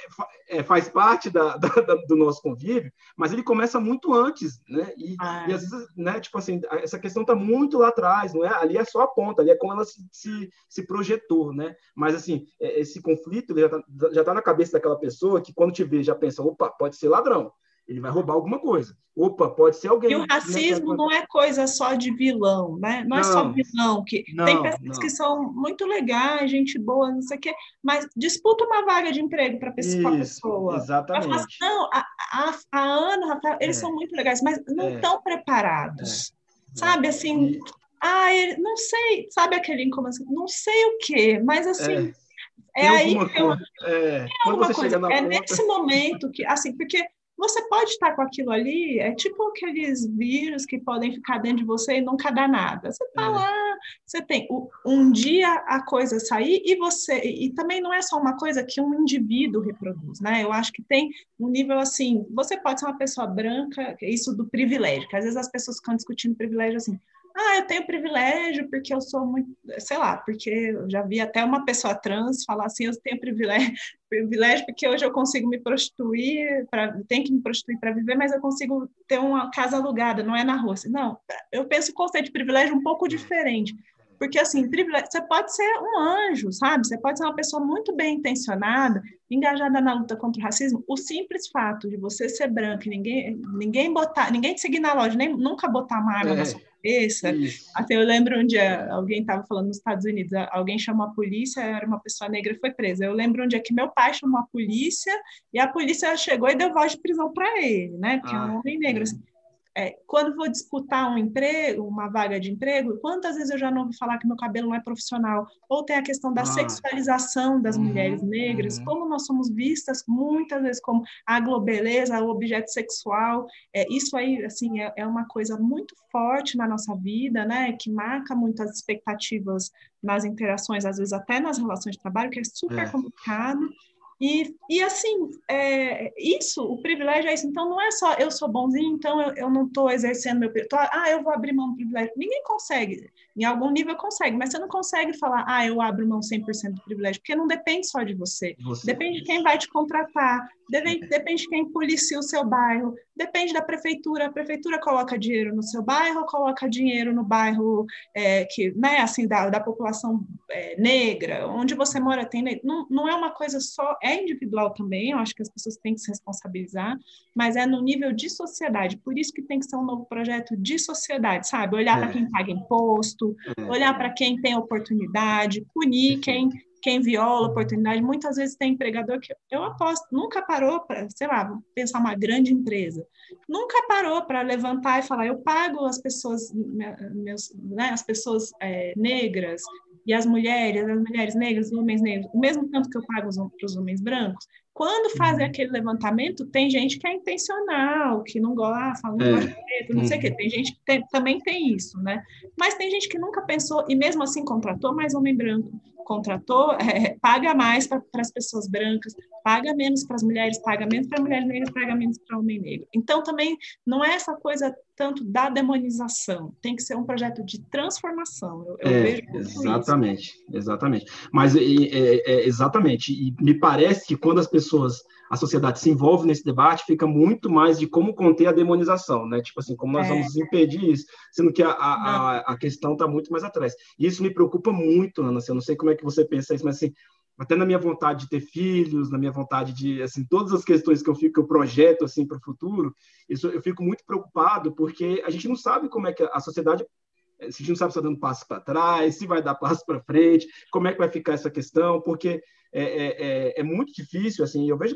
é, faz parte da, da, do nosso convívio, mas ele começa muito antes, né? E, Ah, e às vezes, né, tipo assim, essa questão está muito lá atrás, não é? Ali é só a ponta, ali é como ela se, se, se projetou, né? Mas, assim, esse conflito ele já está já tá na cabeça daquela pessoa que, quando te vê, já pensa, opa, pode ser ladrão. Ele vai roubar alguma coisa. Opa, pode ser e o alguém. racismo Né? não é coisa só de vilão, né? Não é só Não, vilão, que tem não, pessoas não. que são muito legais, gente boa, não sei o quê, mas disputa uma vaga de emprego para com a Isso, pessoa. Vai falar assim, exatamente. não, a, a, a Ana, Rafael, eles É, são muito legais, mas não é, estão é, preparados. é. Sabe, assim, E, ah, ele, não sei, sabe aquele incômodo, assim, não sei o quê, mas assim, é, é tem aí alguma que eu, coisa. É, quando alguma você coisa. chega na É ponta. nesse momento que, assim, porque você pode estar com aquilo ali, é tipo aqueles vírus que podem ficar dentro de você e nunca dá nada. Você tá É, lá, você tem um dia a coisa sair e você. E também não é só uma coisa que um indivíduo reproduz, né? Eu acho que tem um nível assim. Você pode ser uma pessoa branca, isso do privilégio, que às vezes as pessoas ficam discutindo privilégio assim. Ah, eu tenho privilégio porque eu sou muito, sei lá, porque eu já vi até uma pessoa trans falar assim, eu tenho privilégio, privilégio porque hoje eu consigo me prostituir, pra, tenho que me prostituir para viver, mas eu consigo ter uma casa alugada, não é na rua. Não, eu penso o conceito de privilégio um pouco diferente, porque assim, privilégio, você pode ser um anjo, sabe? Você pode ser uma pessoa muito bem intencionada, engajada na luta contra o racismo. O simples fato de você ser branco, ninguém, ninguém botar, ninguém te seguir na loja, nem nunca botar uma arma na sua é, cabeça. isso. Assim, eu lembro um dia, É. alguém estava falando nos Estados Unidos, alguém chamou a polícia, era uma pessoa negra e foi presa. Eu lembro um dia que meu pai chamou a polícia e a polícia chegou e deu voz de prisão para ele, né? Porque é um Ah, homem negro. Assim. É, quando vou disputar um emprego, uma vaga de emprego, quantas vezes eu já não ouvi falar que meu cabelo não é profissional? Ou tem a questão da ah, sexualização das mulheres uhum, negras, uhum. como nós somos vistas muitas vezes como a globeleza, o objeto sexual. É, isso aí, assim, é, é uma coisa muito forte na nossa vida, né? Que marca muitas expectativas nas interações, às vezes até nas relações de trabalho, que é super É, complicado. E, e assim, é, isso, o privilégio é isso. Então, não é só eu sou bonzinho, então eu, eu não estou exercendo meu privilégio. Ah, eu vou abrir mão do privilégio. Ninguém consegue. Em algum nível consegue, mas você não consegue falar, ah, eu abro mão cem por cento do privilégio, porque não depende só de você. você. Depende de quem vai te contratar, depende, depende de quem policia o seu bairro, depende da prefeitura. A prefeitura coloca dinheiro no seu bairro ou coloca dinheiro no bairro é, que, né, assim, da, da população é, negra, onde você mora tem negro. Não, não é uma coisa só, é individual também, eu acho que as pessoas têm que se responsabilizar, mas é no nível de sociedade, por isso que tem que ser um novo projeto de sociedade, sabe? Olhar para quem É, paga imposto, é, olhar para quem tem oportunidade, punir quem, perfeito. quem viola oportunidade. Muitas vezes tem empregador que eu aposto, nunca parou para, sei lá, pensar uma grande empresa, nunca parou para levantar e falar, eu pago as pessoas, meus, né, as pessoas é, negras, e as mulheres, as mulheres negras, os homens negros, o mesmo tanto que eu pago para os homens brancos. Quando fazem Uhum. aquele levantamento, tem gente que é intencional, que não gosta, não gosta de É, preto, não sei o quê. uhum. Tem gente que tem, também tem isso, né? Mas tem gente que nunca pensou, e mesmo assim contratou mais homem branco, contratou, é, paga mais para as pessoas brancas, paga menos para as mulheres, paga menos para mulheres negras, paga menos para homem negro. Então, também não é essa coisa tanto da demonização, tem que ser um projeto de transformação. Eu, eu É, vejo muito isso. exatamente, exatamente. Mas é, é, é, exatamente, e me parece que quando as pessoas, a sociedade se envolve nesse debate, fica muito mais de como conter a demonização, né? Tipo assim, como nós É, vamos impedir isso, sendo que a, não, a, a questão está muito mais atrás. E isso me preocupa muito, Ana, assim, eu não sei como é que você pensa isso, mas assim, até na minha vontade de ter filhos, na minha vontade de, assim, todas as questões que eu fico, que eu projeto, assim, para o futuro, isso eu fico muito preocupado, porque a gente não sabe como é que a sociedade, a gente não sabe se está dando passo para trás, se vai dar passo para frente, como é que vai ficar essa questão, porque é, é, é muito difícil, assim, eu vejo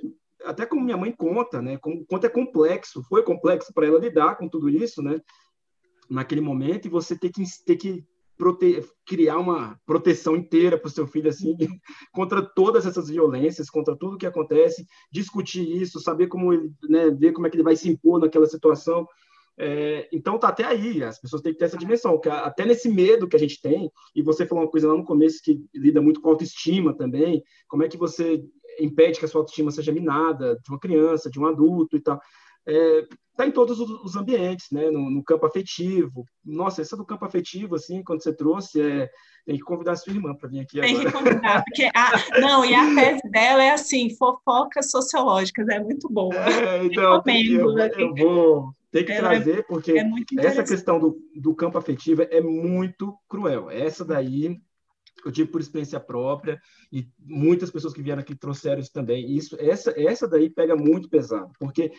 até como minha mãe conta, né, como, quanto é complexo, foi complexo para ela lidar com tudo isso, né, naquele momento, e você ter que, ter que prote criar uma proteção inteira para o seu filho, assim, contra todas essas violências, contra tudo que acontece, discutir isso, saber como ele, né, ver como é que ele vai se impor naquela situação. É, então tá até aí, as pessoas têm que ter essa dimensão, que até nesse medo que a gente tem, e você falou uma coisa lá no começo que lida muito com autoestima também, como é que você impede que a sua autoestima seja minada de uma criança, de um adulto e tal. É, tá em todos os ambientes, né? No, no campo afetivo. Nossa, essa do campo afetivo, assim, quando você trouxe, é, tem que convidar a sua irmã para vir aqui Tem agora. que convidar, porque a, não, e a tese dela é assim, fofocas sociológicas, é muito boa. É, então, tem que, eu, Recomendo. eu vou ter que Ela trazer, é, é porque muito essa interessante. questão do, do campo afetivo é muito cruel. Essa daí eu tive por experiência própria, e muitas pessoas que vieram aqui trouxeram isso também. Isso, essa, essa daí pega muito pesado, porque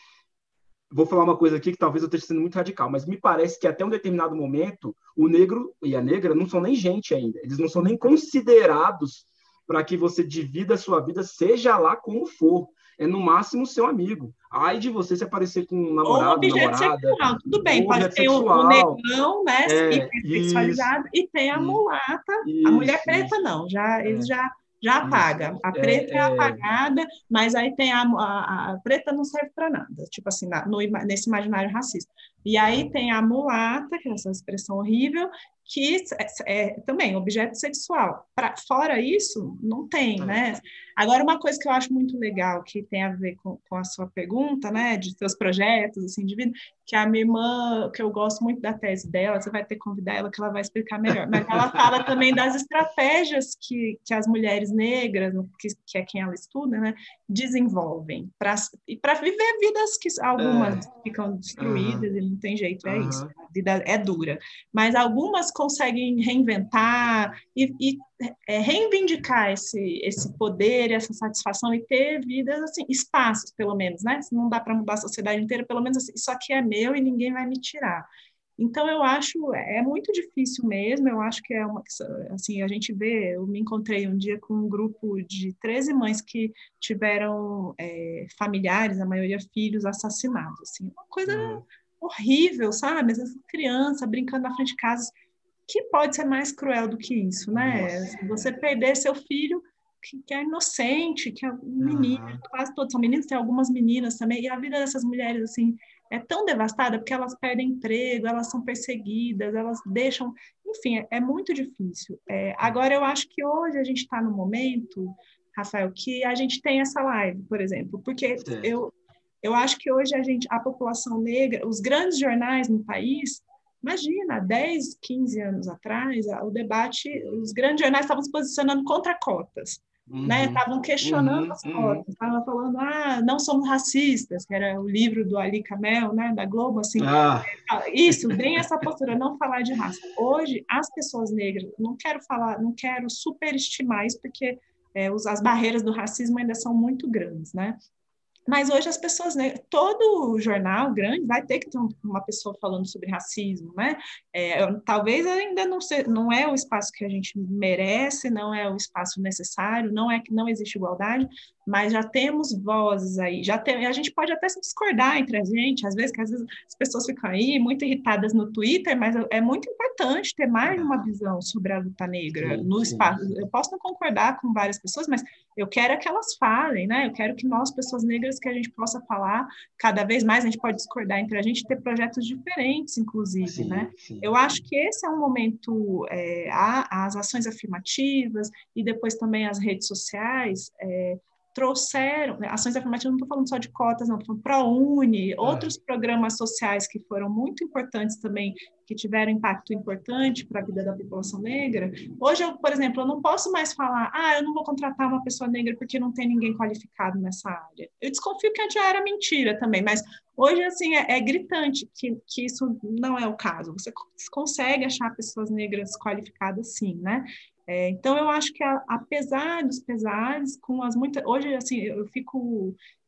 vou falar uma coisa aqui que talvez eu esteja sendo muito radical, mas me parece que até um determinado momento o negro e a negra não são nem gente ainda, eles não são nem considerados para que você divida a sua vida, seja lá como for. É no máximo seu amigo. Ai de você se aparecer com um Ou namorado, objeto namorada, sexual, tudo bem, ou pode objeto ter o, o sexual. negão, né, É, isso, hipersexualizado, e tem a isso, mulata, a mulher isso, preta isso, não, já, eles é, já, já isso. apagam. A preta é É, é, apagada, mas aí tem a, a, a preta não serve para nada, tipo assim, na, no, nesse imaginário racista. E aí tem a mulata, que é essa expressão horrível, que é, é também objeto sexual. Pra, fora isso, não tem, é. né? Agora, uma coisa que eu acho muito legal, que tem a ver com, com a sua pergunta, né, de seus projetos, assim, de vida, que a minha irmã, que eu gosto muito da tese dela, você vai ter que convidar ela, que ela vai explicar melhor, mas ela fala também das estratégias que, que as mulheres negras, que, que é quem ela estuda, né, desenvolvem, para viver vidas que algumas É. ficam destruídas, Uhum. e não tem jeito, é Uhum. isso, a vida é dura, mas algumas conseguem reinventar e, e é, reivindicar esse, esse poder, essa satisfação e ter vidas, assim, espaços, pelo menos, né? Não dá para mudar a sociedade inteira, pelo menos assim, isso aqui é meu e ninguém vai me tirar. Então, eu acho, é muito difícil mesmo, eu acho que é uma, assim, a gente vê, eu me encontrei um dia com um grupo de treze mães que tiveram é, familiares, a maioria filhos, assassinados, assim, uma coisa Uhum. horrível, sabe? Essa criança brincando na frente de casa, que pode ser mais cruel do que isso, né? Nossa. Você perder seu filho que, que é inocente, que é um menino, Uhum. quase todos são meninos, tem algumas meninas também, e a vida dessas mulheres, assim, é tão devastada porque elas perdem emprego, elas são perseguidas, elas deixam, enfim, é, é muito difícil. É, agora, eu acho que hoje a gente está no momento, Rafael, que a gente tem essa live, por exemplo, porque Certo. eu, eu acho que hoje a gente, a população negra, os grandes jornais no país, imagina, dez, quinze anos atrás, o debate, os grandes jornais estavam se posicionando contra cotas, né? Uhum. Estavam questionando Uhum. as Uhum. cotas, estavam falando, ah, não somos racistas, que era o livro do Ali Kamel, né, da Globo, assim, Ah. isso, bem essa postura, não falar de raça. Hoje, as pessoas negras, não quero falar, não quero superestimar isso, porque é, os, as barreiras do racismo ainda são muito grandes, né? Mas hoje as pessoas, né, todo jornal grande vai ter que ter uma pessoa falando sobre racismo, né? É, talvez ainda não, ser, não é o espaço que a gente merece, não é o espaço necessário, não é que não existe igualdade, mas já temos vozes aí, já tem, a gente pode até se discordar entre a gente, às vezes que às vezes as pessoas ficam aí muito irritadas no Twitter, mas é muito importante ter mais uma visão sobre a luta negra Sim, no sim, espaço. sim. Eu posso não concordar com várias pessoas, mas eu quero é que elas falem, né? Eu quero que nós, pessoas negras, que a gente possa falar cada vez mais, a gente pode discordar entre a gente, ter projetos diferentes, inclusive, né? Sim, sim, Eu acho sim. que esse é um momento, é, as ações afirmativas e depois também as redes sociais, é, trouxeram, né, ações afirmativas, não estou falando só de cotas, não, estou falando ProUni, outros Ah. programas sociais que foram muito importantes também, que tiveram impacto importante para a vida da população negra. Hoje, eu, por exemplo, eu não posso mais falar, ah, eu não vou contratar uma pessoa negra porque não tem ninguém qualificado nessa área. Eu desconfio que já era mentira também, mas hoje, assim, é, é gritante que, que isso não é o caso. Você consegue achar pessoas negras qualificadas, sim, né? É, então, eu acho que, a, apesar dos pesares, com as muitas... Hoje, assim, eu fico...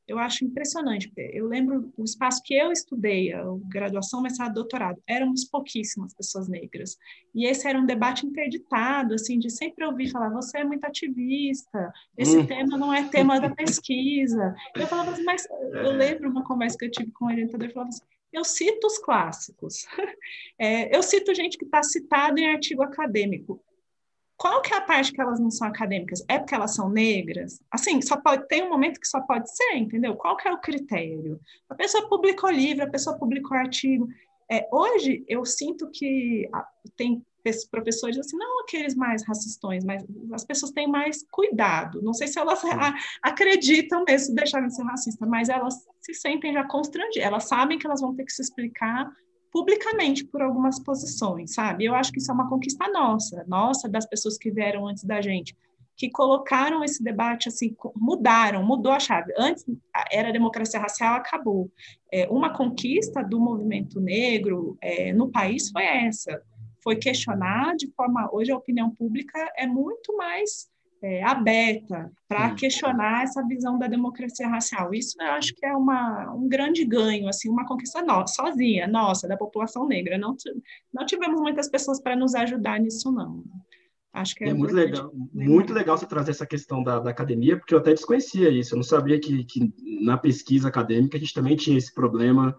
eu acho impressionante. Eu lembro o espaço que eu estudei, a graduação, mestrado, doutorado, éramos pouquíssimas pessoas negras. E esse era um debate interditado, assim, de sempre ouvir falar, você é muito ativista, esse hum. tema não é tema da pesquisa. Eu falava assim, mas eu lembro uma conversa que eu tive com o orientador, eu falava assim, eu cito os clássicos, é, eu cito gente que está citada em artigo acadêmico. Qual que é a parte que elas não são acadêmicas? É porque elas são negras? Assim, só pode, tem um momento que só pode ser, entendeu? Qual que é o critério? A pessoa publicou livro, a pessoa publicou artigo. É, hoje, eu sinto que tem professores assim, não aqueles mais racistões, mas as pessoas têm mais cuidado. Não sei se elas a, acreditam mesmo deixarem de ser racistas, mas elas se sentem já constrangidas. Elas sabem que elas vão ter que se explicar publicamente por algumas posições, sabe? Eu acho que isso é uma conquista nossa, nossa, das pessoas que vieram antes da gente, que colocaram esse debate, assim, mudaram, mudou a chave. Antes, era a democracia racial, acabou. É, uma conquista do movimento negro é, no país foi essa, foi questionar de forma... Hoje a opinião pública é muito mais... É, aberta para questionar essa visão da democracia racial. Isso eu acho que é uma, um grande ganho, assim, uma conquista nossa, sozinha, nossa, da população negra. Não, não tivemos muitas pessoas para nos ajudar nisso, não. Acho que é, é muito legal, muito legal você trazer essa questão da, da academia, porque eu até desconhecia isso. Eu não sabia que, que na pesquisa acadêmica a gente também tinha esse problema.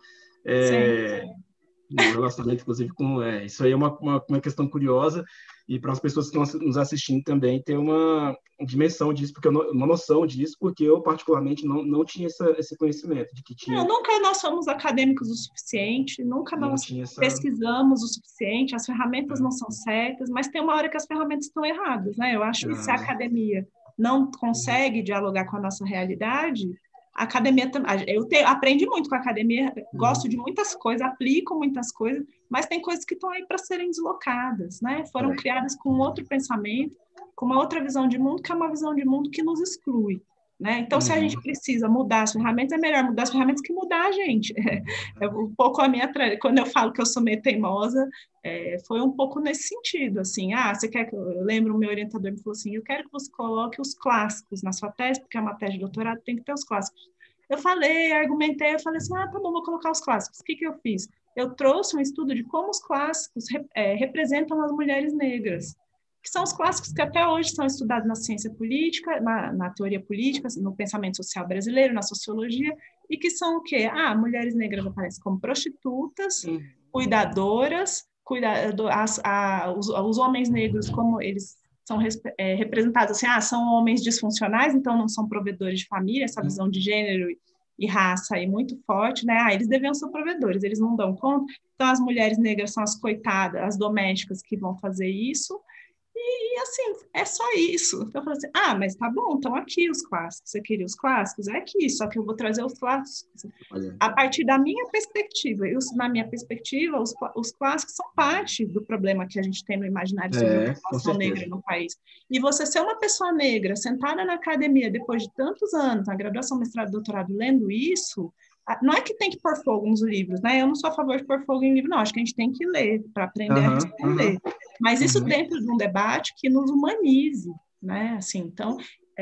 É, no relacionamento, inclusive, com... É, isso aí é uma, uma, uma questão curiosa, e para as pessoas que estão nos assistindo também ter uma dimensão disso, porque eu, uma noção disso, porque eu, particularmente, não, não tinha essa, esse conhecimento de que tinha... Não, nunca nós somos acadêmicos o suficiente, nunca não nós essa... pesquisamos o suficiente, as ferramentas é. não são certas, mas tem uma hora que as ferramentas estão erradas, né? Eu acho que se a academia não consegue dialogar com a nossa realidade... A academia, eu te, aprendi muito com a academia, gosto de muitas coisas, aplico muitas coisas, mas tem coisas que estão aí para serem deslocadas, né? Foram criadas com outro pensamento, com uma outra visão de mundo, que é uma visão de mundo que nos exclui, né? Então, uhum. se a gente precisa mudar as ferramentas, é melhor mudar as ferramentas que mudar a gente. É, é um pouco a minha... Quando eu falo que eu sou meio teimosa, é, foi um pouco nesse sentido, assim, ah, você quer que... Eu, eu lembro, o meu orientador me falou assim, eu quero que você coloque os clássicos na sua tese, porque é uma tese de doutorado, tem que ter os clássicos. Eu falei, argumentei, eu falei assim, ah, tá bom, vou colocar os clássicos. O que que eu fiz? Eu trouxe um estudo de como os clássicos é, representam as mulheres negras, que são os clássicos que até hoje são estudados na ciência política, na, na teoria política, no pensamento social brasileiro, na sociologia, e que são o quê? Ah, mulheres negras aparecem como prostitutas, uhum. cuidadoras, cuidado, as, a, os, os homens negros, como eles são é, representados assim, ah, são homens disfuncionais, então não são provedores de família, essa visão de gênero e, e raça aí muito forte, né? Ah, eles deviam ser provedores, eles não dão conta, então as mulheres negras são as coitadas, as domésticas que vão fazer isso, e, assim, é só isso. Então, eu falei assim, ah, mas tá bom, estão aqui os clássicos. Você queria os clássicos? É aqui, só que eu vou trazer os clássicos a partir da minha perspectiva. Eu, na minha perspectiva, os, os clássicos são parte do problema que a gente tem no imaginário sobre é, a população negra no país. E você ser uma pessoa negra, sentada na academia, depois de tantos anos, na graduação, mestrado, doutorado, lendo isso... Não é que tem que pôr fogo nos livros, né? Eu não sou a favor de pôr fogo em livro, não. Acho que a gente tem que ler para aprender uhum, a responder. Uhum. Mas isso uhum. dentro de um debate que nos humanize, né? Assim, então,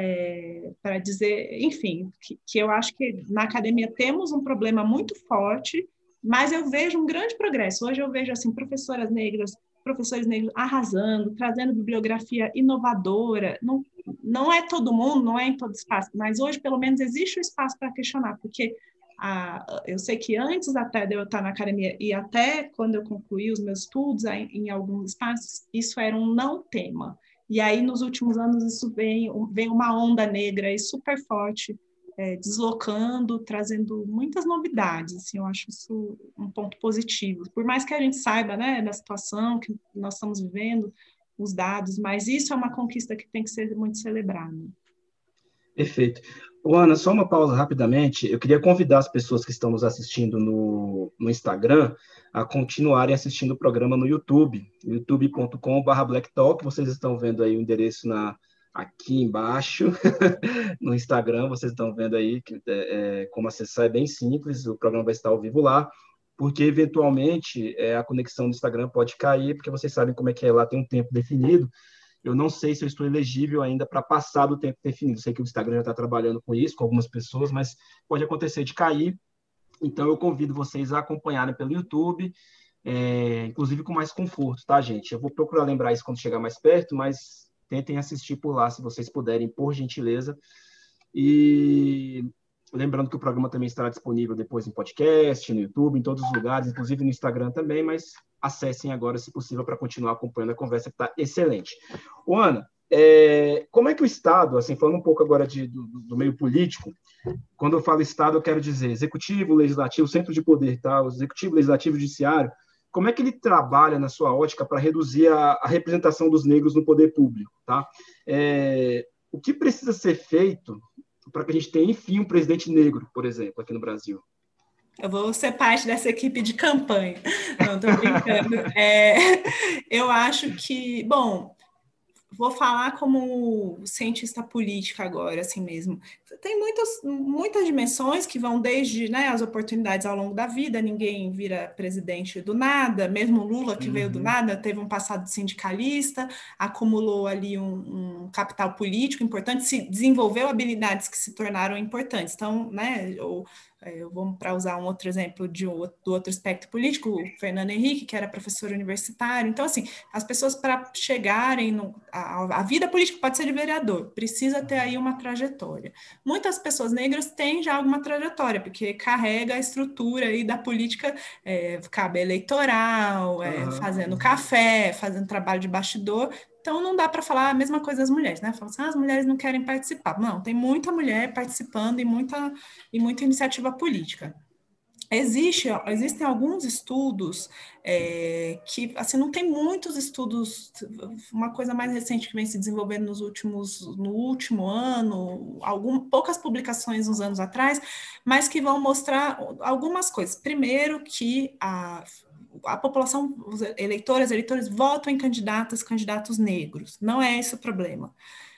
é, para dizer, enfim, que, que eu acho que na academia temos um problema muito forte, mas eu vejo um grande progresso. Hoje eu vejo, assim, professoras negras, professores negros arrasando, trazendo bibliografia inovadora. Não, não é todo mundo, não é em todo espaço, mas hoje, pelo menos, existe um espaço para questionar, porque a, eu sei que antes até de eu estar na academia e até quando eu concluí os meus estudos em, em alguns espaços, isso era um não tema. E aí, nos últimos anos, isso vem, vem uma onda negra aí super forte, é, deslocando, trazendo muitas novidades. Assim, eu acho isso um ponto positivo. Por mais que a gente saiba, né, da situação que nós estamos vivendo, os dados, mas isso é uma conquista que tem que ser muito celebrada. Perfeito. Ô, Ana, só uma pausa rapidamente. Eu queria convidar as pessoas que estão nos assistindo no, no Instagram a continuarem assistindo o programa no YouTube, youtube ponto com barra blacktalk. Vocês estão vendo aí o endereço na, aqui embaixo, no Instagram. Vocês estão vendo aí que, é, como acessar, é bem simples. O programa vai estar ao vivo lá, porque, eventualmente, é, a conexão do Instagram pode cair, porque vocês sabem como é que é lá, tem um tempo definido. eu não sei se eu estou elegível ainda para passar do tempo definido. Sei que o Instagram já está trabalhando com isso, com algumas pessoas, mas pode acontecer de cair. Então, eu convido vocês a acompanharem pelo YouTube, é, inclusive com mais conforto, tá, gente? Eu vou procurar lembrar isso quando chegar mais perto, mas tentem assistir por lá, se vocês puderem, por gentileza. E lembrando que o programa também estará disponível depois em podcast, no YouTube, em todos os lugares, inclusive no Instagram também, mas acessem agora, se possível, para continuar acompanhando a conversa, que está excelente. Ô, Ana, é, como é que o Estado, assim, falando um pouco agora de, do, do meio político, quando eu falo Estado, eu quero dizer executivo, legislativo, centro de poder, tá? O executivo, legislativo, judiciário, como é que ele trabalha, na sua ótica, para reduzir a, a representação dos negros no poder público, tá? É, o que precisa ser feito para que a gente tenha, enfim, um presidente negro, por exemplo, aqui no Brasil? Eu vou ser parte dessa equipe de campanha. Não, estou brincando. É, eu acho que, bom, vou falar como cientista política agora, assim mesmo. Tem muitas, muitas dimensões que vão desde, né, as oportunidades ao longo da vida, ninguém vira presidente do nada, mesmo Lula, que uhum. veio do nada, teve um passado sindicalista, acumulou ali um, um capital político importante, se desenvolveu habilidades que se tornaram importantes. Então, né, ou eu vou para usar um outro exemplo de, do outro espectro político, o Fernando Henrique, que era professor universitário. Então, assim, as pessoas para chegarem no, a, a vida política pode ser de vereador, precisa ter aí uma trajetória. Muitas pessoas negras têm já alguma trajetória, porque carrega a estrutura aí da política, é, cabo eleitoral, é, uhum. fazendo café, fazendo trabalho de bastidor. Então, não dá para falar a mesma coisa das mulheres, né? Falar assim, ah, as mulheres não querem participar. Não, tem muita mulher participando e muita, e muita iniciativa política. Existe, existem alguns estudos é, que, assim, não tem muitos estudos, uma coisa mais recente que vem se desenvolvendo nos últimos, no último ano, algum, poucas publicações uns anos atrás, mas que vão mostrar algumas coisas. Primeiro, que a a população, os eleitores, eleitores votam em candidatas, candidatos negros. Não é esse o problema.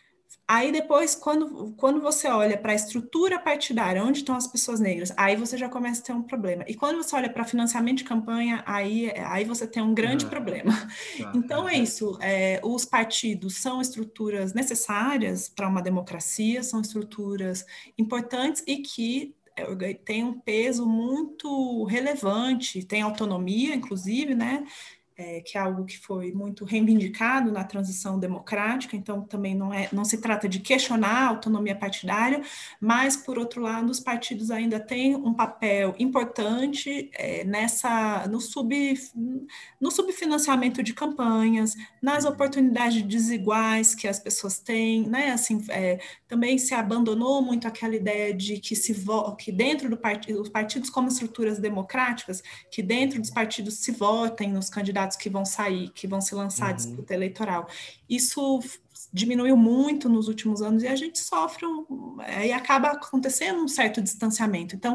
Aí depois, quando, quando você olha para a estrutura partidária, onde estão as pessoas negras, aí você já começa a ter um problema. E quando você olha para financiamento de campanha, aí, aí você tem um grande ah, problema. Tá, então é isso, é, os partidos são estruturas necessárias para uma democracia, são estruturas importantes e que tem um peso muito relevante, tem autonomia, inclusive, né? É, que é algo que foi muito reivindicado na transição democrática, então também não, é, não se trata de questionar a autonomia partidária, mas, por outro lado, os partidos ainda têm um papel importante é, nessa, no, sub, no subfinanciamento de campanhas, nas oportunidades desiguais que as pessoas têm, né? Assim, é, também se abandonou muito aquela ideia de que, se vo, que dentro do partido, os partidos como estruturas democráticas, que dentro dos partidos se votem nos candidatos que vão sair, que vão se lançar à disputa eleitoral. Isso diminuiu muito nos últimos anos e a gente sofre um, e acaba acontecendo um certo distanciamento. Então,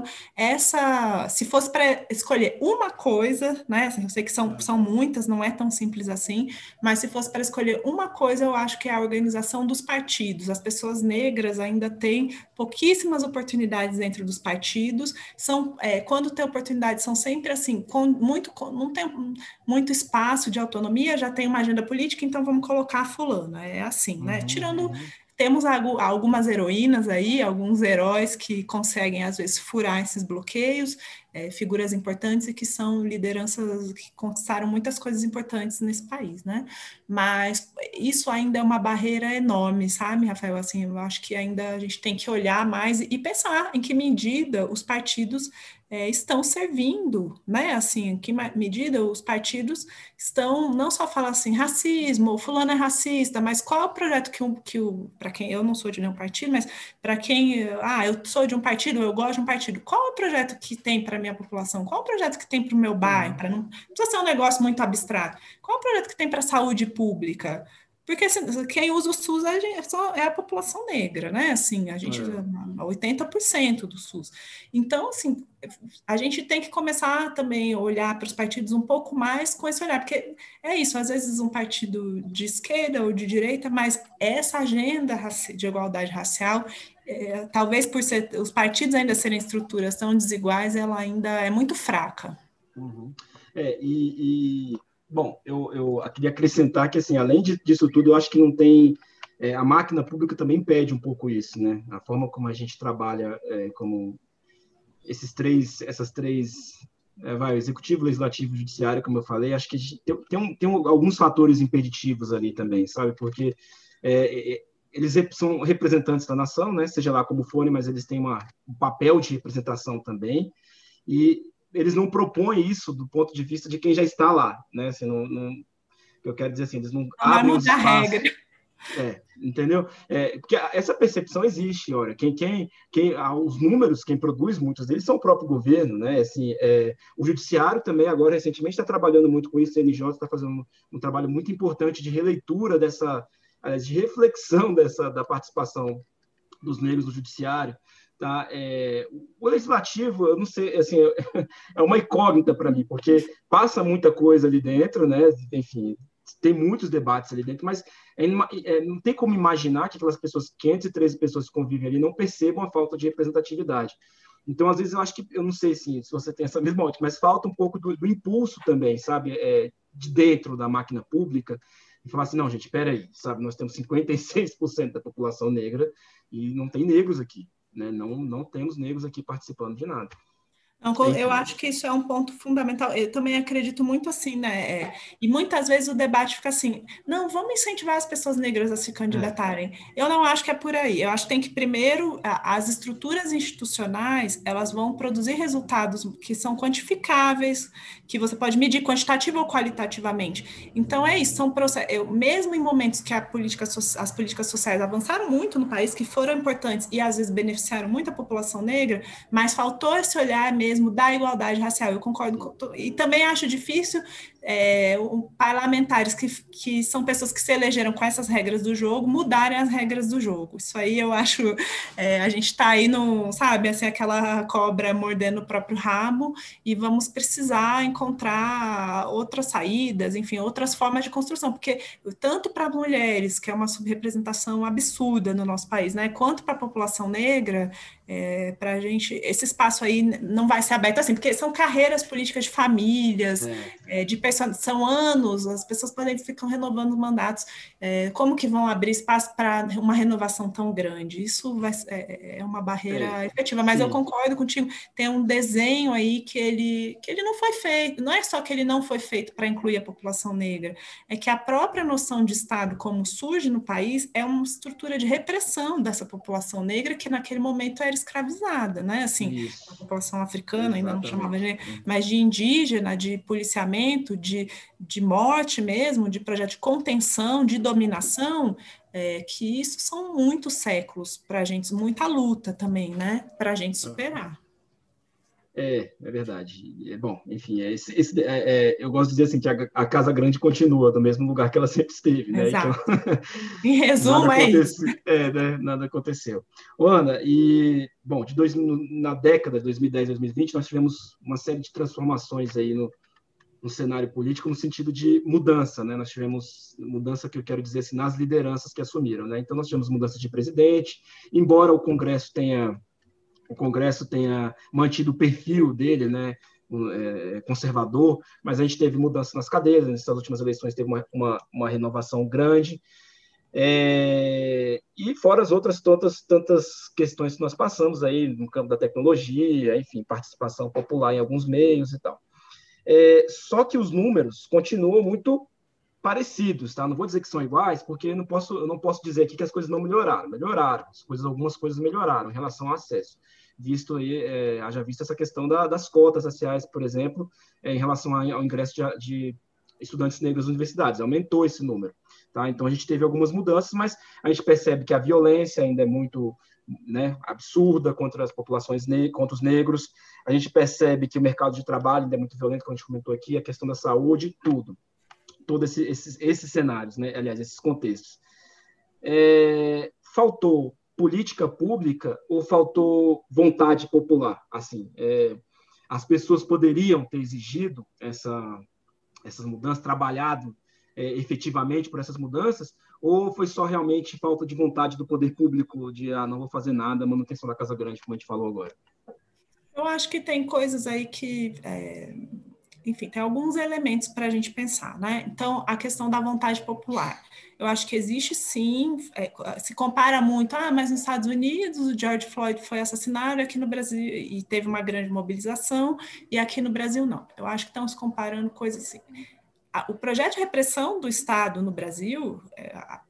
essa, se fosse para escolher uma coisa, né, assim, eu sei que são, são muitas, não é tão simples assim, mas se fosse para escolher uma coisa, eu acho que é a organização dos partidos. As pessoas negras ainda têm pouquíssimas oportunidades dentro dos partidos, são, é, quando tem oportunidades, são sempre assim, com muito, com, não tem muito espaço de autonomia, já tem uma agenda política, então vamos colocar a fulana, é assim, né? Uhum, Tirando, uhum. temos algumas heroínas aí, alguns heróis que conseguem, às vezes, furar esses bloqueios, é, figuras importantes e que são lideranças que conquistaram muitas coisas importantes nesse país, né? Mas isso ainda é uma barreira enorme, sabe, Rafael? Assim, eu acho que ainda a gente tem que olhar mais e pensar em que medida os partidos É, estão servindo, né? Assim, em que medida os partidos estão, não só falar assim, racismo, fulano é racista, mas qual é o projeto que o, que o para quem, eu não sou de nenhum partido, mas para quem, ah, eu sou de um partido, eu gosto de um partido, qual é o projeto que tem para a minha população? Qual é o projeto que tem para o meu bairro? Para não, não precisa ser um negócio muito abstrato. Qual é o projeto que tem para a saúde pública? Porque assim, quem usa o SUS é, só, é a população negra, né? Assim, a gente, é. oitenta por cento do SUS. Então, assim, a gente tem que começar também a olhar para os partidos um pouco mais com esse olhar, porque é isso, às vezes um partido de esquerda ou de direita, mas essa agenda de igualdade racial, é, talvez por ser, os partidos ainda serem estruturas tão desiguais, ela ainda é muito fraca. Uhum. É, e... e... Bom, eu, eu queria acrescentar que, assim, além de, disso tudo, eu acho que não tem... É, a máquina pública também pede um pouco isso, né? A forma como a gente trabalha, é, como esses três, essas três, é, vai, executivo, legislativo, judiciário, como eu falei, acho que a gente tem, tem, um, tem um, alguns fatores impeditivos ali também, sabe? Porque é, é, eles são representantes da nação, né? Seja lá como forem, mas eles têm uma, um papel de representação também, e eles não propõem isso do ponto de vista de quem já está lá, né? Assim, não, não, eu quero dizer assim, eles não Não vai abrem os mudar a regra. espaços. É, entendeu? É, porque essa percepção existe, olha, quem, quem, quem, os números, quem produz muitos deles são o próprio governo, né? Assim, é, o judiciário também agora recentemente está trabalhando muito com isso, o C N J está fazendo um, um trabalho muito importante de releitura dessa, de reflexão dessa da participação dos negros no judiciário. Tá? É, o legislativo, eu não sei, assim, é uma incógnita para mim, porque passa muita coisa ali dentro, né? Enfim, tem muitos debates ali dentro, mas é, é, não tem como imaginar que aquelas pessoas, quinhentas e treze pessoas que convivem ali, não percebam a falta de representatividade. Então, às vezes, eu acho que, eu não sei assim, se você tem essa mesma ótica, mas falta um pouco do, do impulso também, sabe, é, de dentro da máquina pública, e falar assim, não, gente, espera aí, sabe, nós temos cinquenta e seis por cento da população negra e não tem negros aqui, né? Não, não temos negros aqui participando de nada. Eu acho que isso é um ponto fundamental. Eu também acredito muito assim, né? É, e muitas vezes o debate fica assim: não, vamos incentivar as pessoas negras a se candidatarem. É. Eu não acho que é por aí. Eu acho que tem que, primeiro, as estruturas institucionais elas vão produzir resultados que são quantificáveis, que você pode medir quantitativa ou qualitativamente. Então, é isso. São processos. Eu, mesmo em momentos que a política, as políticas sociais avançaram muito no país, que foram importantes e às vezes beneficiaram muito a população negra, mas faltou esse olhar mesmo mesmo da igualdade racial. Eu concordo com, e também acho difícil é, parlamentares que, que são pessoas que se elegeram com essas regras do jogo mudarem as regras do jogo. Isso aí eu acho, é, a gente está aí no, sabe, assim, aquela cobra mordendo o próprio rabo e vamos precisar encontrar outras saídas, enfim, outras formas de construção, porque tanto para mulheres, que é uma subrepresentação absurda no nosso país, né, quanto para a população negra, é, para a gente, esse espaço aí não vai ser aberto assim, porque são carreiras políticas de famílias, é. É, de pessoas, são anos, as pessoas podem ficar renovando mandatos, é, como que vão abrir espaço para uma renovação tão grande? Isso vai, é, é uma barreira é, efetiva, mas sim. Eu concordo contigo, tem um desenho aí que ele, que ele não foi feito, não é só que ele não foi feito para incluir a população negra, é que a própria noção de Estado como surge no país é uma estrutura de repressão dessa população negra que naquele momento era escravizada, né? Assim, Isso. a população africana ainda não chamava de, mas de indígena, de policiamento, de, de morte mesmo, de projeto de contenção, de dominação, é, que isso são muitos séculos para a gente, muita luta também, né? Para a gente superar. É, é verdade. É, bom, enfim, é, esse, esse, é, é, eu gosto de dizer assim que a, a Casa Grande continua no mesmo lugar que ela sempre esteve, né? Exato. Então, em resumo, nada é isso. É, né? Nada aconteceu. Ô, Ana, e, bom, de dois, na década de dois mil e dez, dois mil e vinte, nós tivemos uma série de transformações aí no, no cenário político no sentido de mudança, né? Nós tivemos mudança que eu quero dizer assim, nas lideranças que assumiram, né? Então, nós tivemos mudança de presidente, embora o Congresso tenha o Congresso tenha mantido o perfil dele, né, é, conservador, mas a gente teve mudança nas cadeiras, nessas últimas eleições teve uma, uma, uma renovação grande, é, e fora as outras tantas, tantas questões que nós passamos aí no campo da tecnologia, enfim, participação popular em alguns meios e tal. É, só que os números continuam muito parecidos, tá? Não vou dizer que são iguais, porque eu não posso, eu não posso dizer aqui que as coisas não melhoraram. Melhoraram, as coisas, algumas coisas melhoraram em relação ao acesso. Visto aí, é, haja visto essa questão da, das cotas raciais, por exemplo, é, em relação ao ingresso de, de estudantes negros nas universidades, aumentou esse número, tá? Então a gente teve algumas mudanças, mas a gente percebe que a violência ainda é muito, né, absurda contra as populações, contra os negros. A gente percebe que o mercado de trabalho ainda é muito violento, como a gente comentou aqui, a questão da saúde, tudo. Todos esse, esses, esses cenários, né? Aliás, esses contextos. É, faltou política pública ou faltou vontade popular? Assim, é, as pessoas poderiam ter exigido essa, essas mudanças, trabalhado é, efetivamente por essas mudanças, ou foi só realmente falta de vontade do poder público de, ah, não vou fazer nada, manutenção da Casa Grande, como a gente falou agora? Eu acho que tem coisas aí que... É... enfim, tem alguns elementos para a gente pensar, né? Então, a questão da vontade popular. Eu acho que existe sim, é, se compara muito, ah, mas nos Estados Unidos o George Floyd foi assassinado, aqui no Brasil, e teve uma grande mobilização, e aqui no Brasil não. Eu acho que estão se comparando coisas assim. O projeto de repressão do Estado no Brasil é,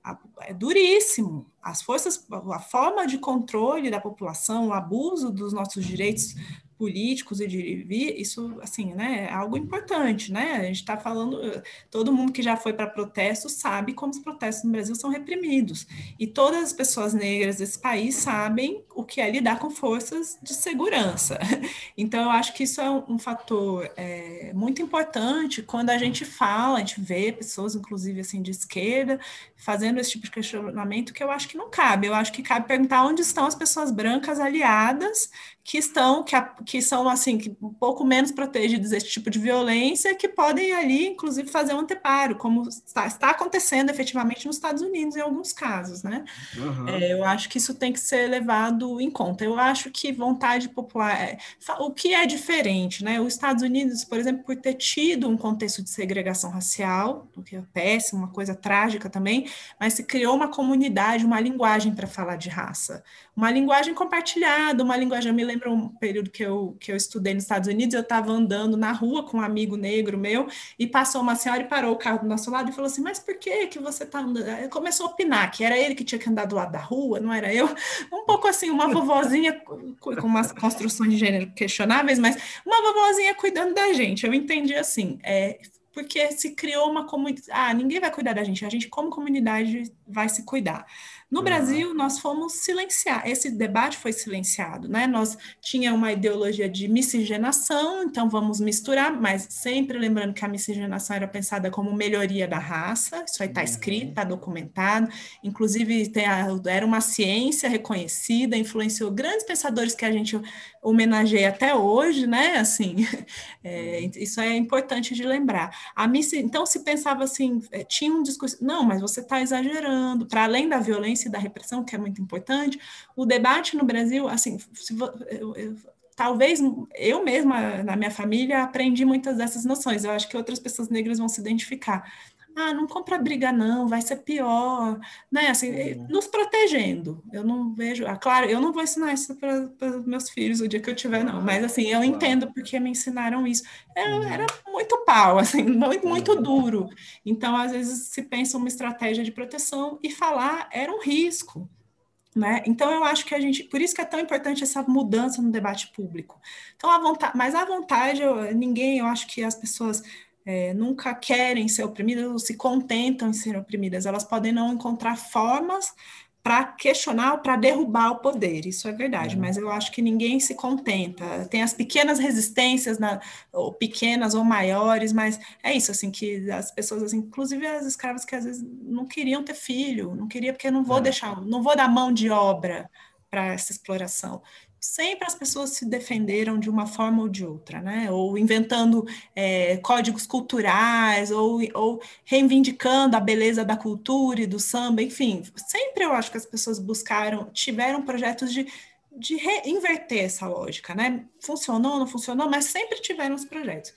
é duríssimo. As forças, a forma de controle da população, o abuso dos nossos direitos políticos e de vir, isso, assim, né, é algo importante, né? A gente está falando, todo mundo que já foi para protestos sabe como os protestos no Brasil são reprimidos. E todas as pessoas negras desse país sabem o que é lidar com forças de segurança. Então, eu acho que isso é um, um fator é, muito importante quando a gente fala, a gente vê pessoas, inclusive, assim, de esquerda, fazendo esse tipo de questionamento que eu acho que não cabe. Eu acho que cabe perguntar onde estão as pessoas brancas aliadas que estão, que, que são, assim, que um pouco menos protegidas desse tipo de violência, que podem ali, inclusive, fazer um anteparo, como está, está acontecendo efetivamente nos Estados Unidos em alguns casos, né? Uhum. É, eu acho que isso tem que ser levado em conta. Eu acho que vontade popular, é, o que é diferente, né? Os Estados Unidos, por exemplo, por ter tido um contexto de segregação racial, o que é péssimo, uma coisa trágica também, mas se criou uma comunidade, uma linguagem para falar de raça, uma linguagem compartilhada, uma linguagem. Eu me lembro um período que eu, que eu estudei nos Estados Unidos, eu estava andando na rua com um amigo negro meu, e passou uma senhora e parou o carro do nosso lado e falou assim: mas por que, que você está andando? Começou a opinar que era ele que tinha que andar do lado da rua, não era eu. Um pouco assim, uma vovozinha com umas construções de gênero questionáveis, mas uma vovozinha cuidando da gente. Eu entendi assim, é, porque se criou uma comunidade. Ah, ninguém vai cuidar da gente, a gente, como comunidade, vai se cuidar. No uhum. Brasil, nós fomos silenciar. Esse debate foi silenciado, né? Nós tinha uma ideologia de miscigenação, então vamos misturar, mas sempre lembrando que a miscigenação era pensada como melhoria da raça. Isso aí está escrito, está documentado. Inclusive, tem a, era uma ciência reconhecida, influenciou grandes pensadores que a gente homenageia até hoje, né? Assim, é, isso é importante de lembrar. A misci... Então, se pensava assim, tinha um discurso, não, mas você está exagerando, para além da violência e da repressão, que é muito importante, o debate no Brasil, assim, se vo... eu, eu, talvez eu mesma, na minha família, aprendi muitas dessas noções, eu acho que outras pessoas negras vão se identificar. Ah, não compra briga não, vai ser pior, né, assim, uhum. nos protegendo, eu não vejo, ah, claro, eu não vou ensinar isso para os meus filhos o dia que eu tiver, não, mas assim, eu claro. entendo porque me ensinaram isso, era, uhum. era muito pau, assim, muito, muito uhum. duro, então às vezes se pensa uma estratégia de proteção e falar era um risco, né? Então eu acho que a gente, por isso que é tão importante essa mudança no debate público, então a vontade, mas a vontade, eu, ninguém, eu acho que as pessoas É, nunca querem ser oprimidas ou se contentam em ser oprimidas, elas podem não encontrar formas para questionar ou para derrubar o poder, isso é verdade, uhum. mas eu acho que ninguém se contenta, tem as pequenas resistências, na, ou pequenas ou maiores, mas é isso, assim, que as pessoas, assim, inclusive as escravas que às vezes não queriam ter filho, não queria porque não vou é. deixar, não vou dar mão de obra para essa exploração. Sempre as pessoas se defenderam de uma forma ou de outra, né? Ou inventando é, códigos culturais, ou, ou reivindicando a beleza da cultura e do samba, enfim. Sempre eu acho que as pessoas buscaram, tiveram projetos de, de inverter essa lógica, né? Funcionou, não funcionou, mas sempre tiveram os projetos.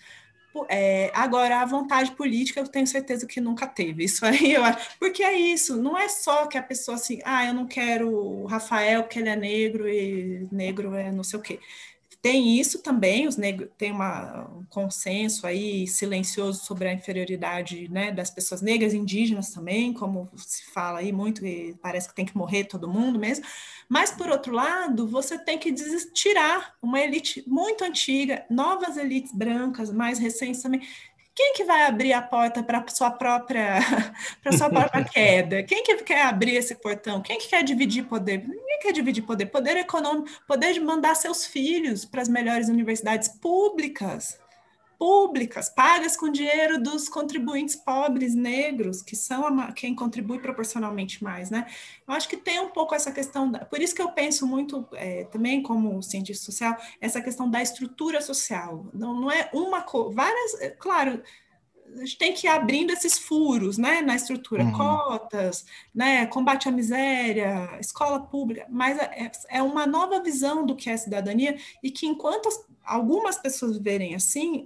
É, agora, a vontade política eu tenho certeza que nunca teve, isso aí eu acho, porque é isso, não é só que a pessoa assim, ah, eu não quero o Rafael porque ele é negro e negro é não sei o quê. Tem isso também, os negros tem uma, um consenso aí silencioso sobre a inferioridade, né, das pessoas negras, indígenas também, como se fala aí muito, e parece que tem que morrer todo mundo mesmo, mas por outro lado, você tem que tirar uma elite muito antiga, novas elites brancas, mais recentes também. Quem que vai abrir a porta para sua própria para sua própria queda? Quem que quer abrir esse portão? Quem que quer dividir poder? Ninguém quer dividir poder. Poder econômico, poder de mandar seus filhos para as melhores universidades públicas, públicas, pagas com dinheiro dos contribuintes pobres negros, que são a, quem contribui proporcionalmente mais, né? Eu acho que tem um pouco essa questão, da, por isso que eu penso muito, é, também como cientista social, essa questão da estrutura social. Não, não é uma coisa, várias, é, claro, a gente tem que ir abrindo esses furos, né, na estrutura, uhum. cotas, né, combate à miséria, escola pública, mas é, é uma nova visão do que é cidadania e que enquanto as, algumas pessoas verem assim,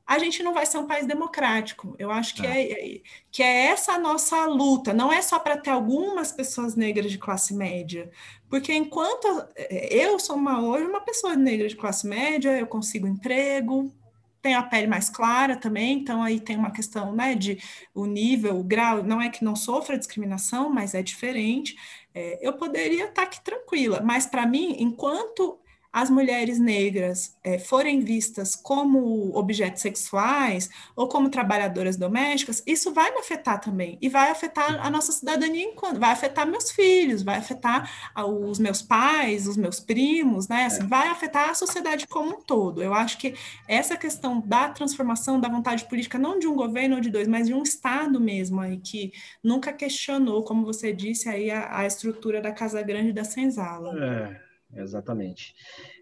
a gente não vai ser um país democrático. Eu acho que Tá. é, que é essa a nossa luta, não é só para ter algumas pessoas negras de classe média, porque enquanto eu sou uma, hoje uma pessoa negra de classe média, eu consigo emprego, tenho a pele mais clara também, então aí tem uma questão, né, de o nível, o grau, não é que não sofra discriminação, mas é diferente. É, eu poderia estar aqui tranquila, mas para mim, enquanto as mulheres negras é, forem vistas como objetos sexuais ou como trabalhadoras domésticas, isso vai me afetar também, e vai afetar a nossa cidadania enquanto, vai afetar meus filhos, vai afetar os meus pais, os meus primos, né? Assim, vai afetar a sociedade como um todo. Eu acho que essa questão da transformação da vontade política, não de um governo ou de dois, mas de um Estado mesmo, aí, que nunca questionou, como você disse, aí, a, a estrutura da Casa Grande e da Senzala. É. Exatamente.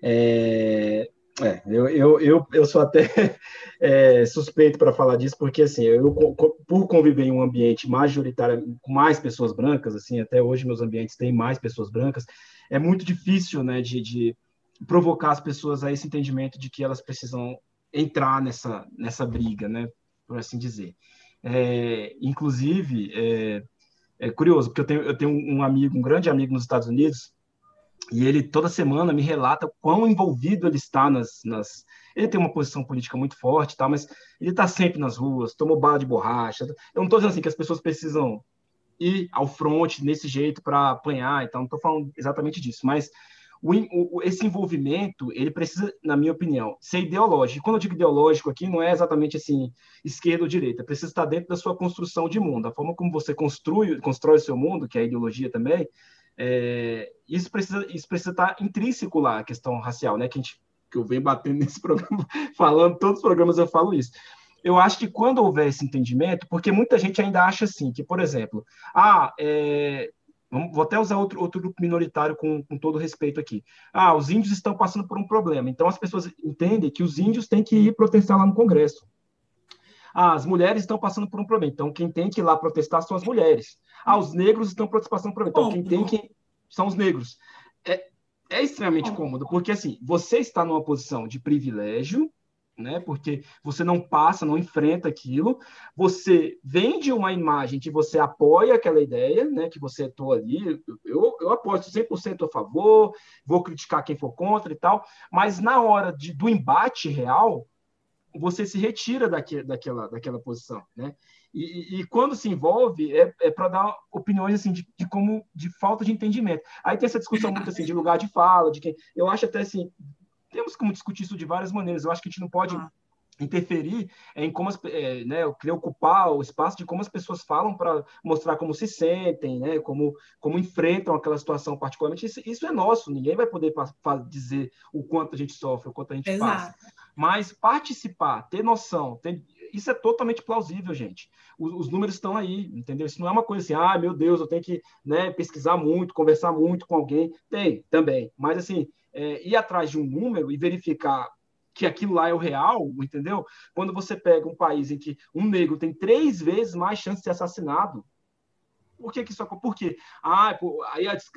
É, é, eu, eu, eu, eu sou até é, suspeito para falar disso, porque assim, eu, por conviver em um ambiente majoritário com mais pessoas brancas, assim, até hoje meus ambientes têm mais pessoas brancas, é muito difícil, né, de, de provocar as pessoas a esse entendimento de que elas precisam entrar nessa, nessa briga, né, por assim dizer. É, inclusive, é, é curioso, porque eu tenho, eu tenho um amigo, um grande amigo nos Estados Unidos, e ele toda semana me relata quão envolvido ele está nas, nas... Ele tem uma posição política muito forte, tá? Mas ele está sempre nas ruas, tomou bala de borracha. Eu não estou dizendo assim que as pessoas precisam ir ao fronte desse jeito para apanhar, então não estou falando exatamente disso, mas o, o, esse envolvimento, ele precisa, na minha opinião, ser ideológico. E quando eu digo ideológico aqui, não é exatamente assim, esquerda ou direita, precisa estar dentro da sua construção de mundo, a forma como você construi, constrói o seu mundo, que é a ideologia também. É, isso, precisa, isso precisa estar intrínseco lá, a questão racial, né? Que, a gente, que eu venho batendo nesse programa, falando, todos os programas eu falo isso. Eu acho que quando houver esse entendimento, porque muita gente ainda acha assim, que, por exemplo, ah, é, vamos, vou até usar outro, outro grupo minoritário com, com todo respeito aqui. Ah, os índios estão passando por um problema. Então as pessoas entendem que os índios têm que ir protestar lá no Congresso. Ah, as mulheres estão passando por um problema. Então, quem tem que ir lá protestar são as mulheres. Ah, os negros estão passando por um problema. Então, quem tem que... são os negros. É, é extremamente cômodo, porque, assim, você está numa posição de privilégio, né? Porque você não passa, não enfrenta aquilo. Você vende uma imagem que você apoia aquela ideia, né? Que você estou ali. Eu, eu aposto cem por cento a favor, vou criticar quem for contra e tal. Mas, na hora de, do embate real, você se retira daque, daquela, daquela posição, né? E, e, e quando se envolve, é, é para dar opiniões assim de, de como de falta de entendimento. Aí tem essa discussão muito assim de lugar de fala, de quem. Eu acho até assim, temos como discutir isso de várias maneiras. Eu acho que a gente não pode ah. interferir em como as, é, né, eu queria ocupar o espaço de como as pessoas falam para mostrar como se sentem, né, como, como enfrentam aquela situação particularmente. Isso, isso é nosso, ninguém vai poder dizer o quanto a gente sofre, o quanto a gente Exato. passa. Mas participar, ter noção, ter... isso é totalmente plausível, gente. Os, os números estão aí, entendeu? Isso não é uma coisa assim, ah, meu Deus, eu tenho que, né, pesquisar muito, conversar muito com alguém. Tem, também. Mas, assim, é, ir atrás de um número e verificar que aquilo lá é o real, entendeu? Quando você pega um país em que um negro tem três vezes mais chance de ser assassinado, por que que isso acontece? Por quê? Ah, pô, aí a,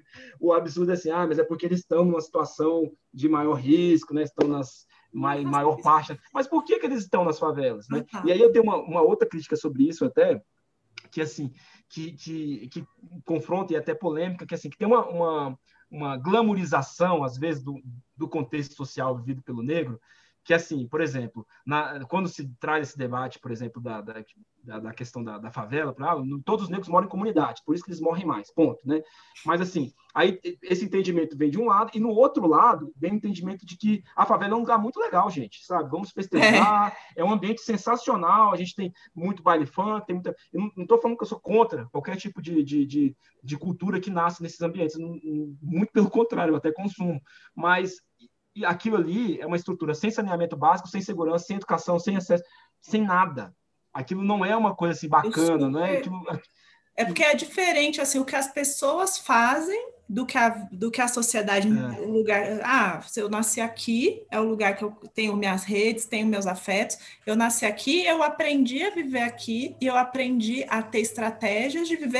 o absurdo é assim, ah, mas é porque eles estão numa situação de maior risco, né? Estão nas mai, maior parte. Mas por que que eles estão nas favelas, né? E aí eu tenho uma, uma outra crítica sobre isso até, que assim, que, que, que confronta e até polêmica, que assim, que tem uma, uma, uma glamorização, às vezes, do, do contexto social vivido pelo negro, que assim, por exemplo, na, quando se traz esse debate, por exemplo, da, da, da questão da, da favela, ah, todos os negros moram em comunidade, por isso que eles morrem mais, ponto, né? Mas assim, aí esse entendimento vem de um lado, e no outro lado vem o entendimento de que a favela é um lugar muito legal, gente, sabe? Vamos festejar, é, é um ambiente sensacional, a gente tem muito baile funk, tem muita... Eu não estou falando que eu sou contra qualquer tipo de, de, de, de cultura que nasce nesses ambientes, muito pelo contrário, eu até consumo, mas e aquilo ali é uma estrutura sem saneamento básico, sem segurança, sem educação, sem acesso, sem nada. Aquilo não é uma coisa assim bacana, super... não é? Aquilo... É porque é diferente assim o que as pessoas fazem do que a, do que a sociedade, é. O lugar. Ah, se eu nasci aqui, é o lugar que eu tenho minhas redes, tenho meus afetos. Eu nasci aqui, eu aprendi a viver aqui e eu aprendi a ter estratégias de viver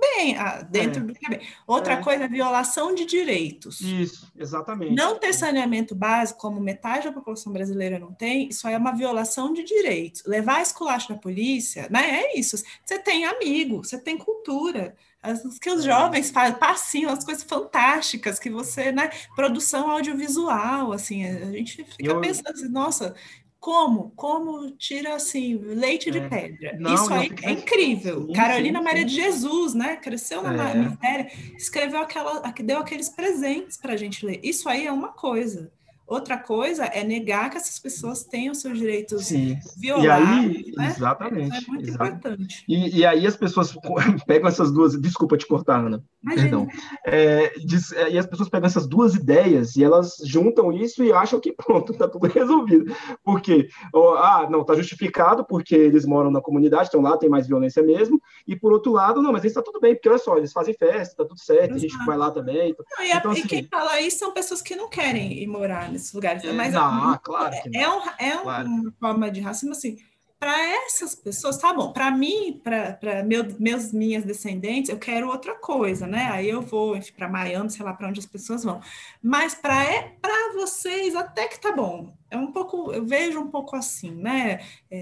bem, ah, dentro É, do que é bem. Outra é. coisa é violação de direitos. Isso, exatamente. Não ter saneamento básico, como metade da população brasileira não tem, isso aí é uma violação de direitos. Levar esculacho da polícia, né? É isso. Você tem amigo, você tem cultura. As que os É jovens isso. fazem, passinho, as coisas fantásticas que você, né? Produção audiovisual, assim, a gente fica Eu, pensando assim, nossa, como? Como tira, assim, leite de é, pedra? não, Isso e eu aí fico é pensando, incrível. sim, sim, Carolina Maria sim. de Jesus, né? Cresceu na ma- É, miséria, escreveu aquela, que deu aqueles presentes para a gente ler. Isso aí é uma coisa. Outra coisa é negar que essas pessoas tenham seus direitos sim. E violados, aí, né? Isso é exatamente, muito exato. importante. E, e aí as pessoas pegam essas duas. Desculpa te cortar, Ana. Imagina. Perdão. É, diz- é, e as pessoas pegam essas duas ideias e elas juntam isso e acham que pronto, está tudo resolvido. Por quê? Ou, ah, não, está justificado porque eles moram na comunidade, estão lá, tem mais violência mesmo. E por outro lado, não, mas isso está tudo bem, porque olha só, eles fazem festa, está tudo certo, a gente vai lá também. Então, Não, e, a- então, e quem assim, fala isso são pessoas que não querem ir morar nesses lugares, é, mas não, claro que é, não. um, é Claro. uma forma de racismo assim. Para essas pessoas, tá bom. Para mim, para meu, meus minhas descendentes, eu quero outra coisa, né? Aí eu vou para Miami, sei lá para onde as pessoas vão. Mas para é, para vocês até que tá bom. É um pouco, eu vejo um pouco assim, né?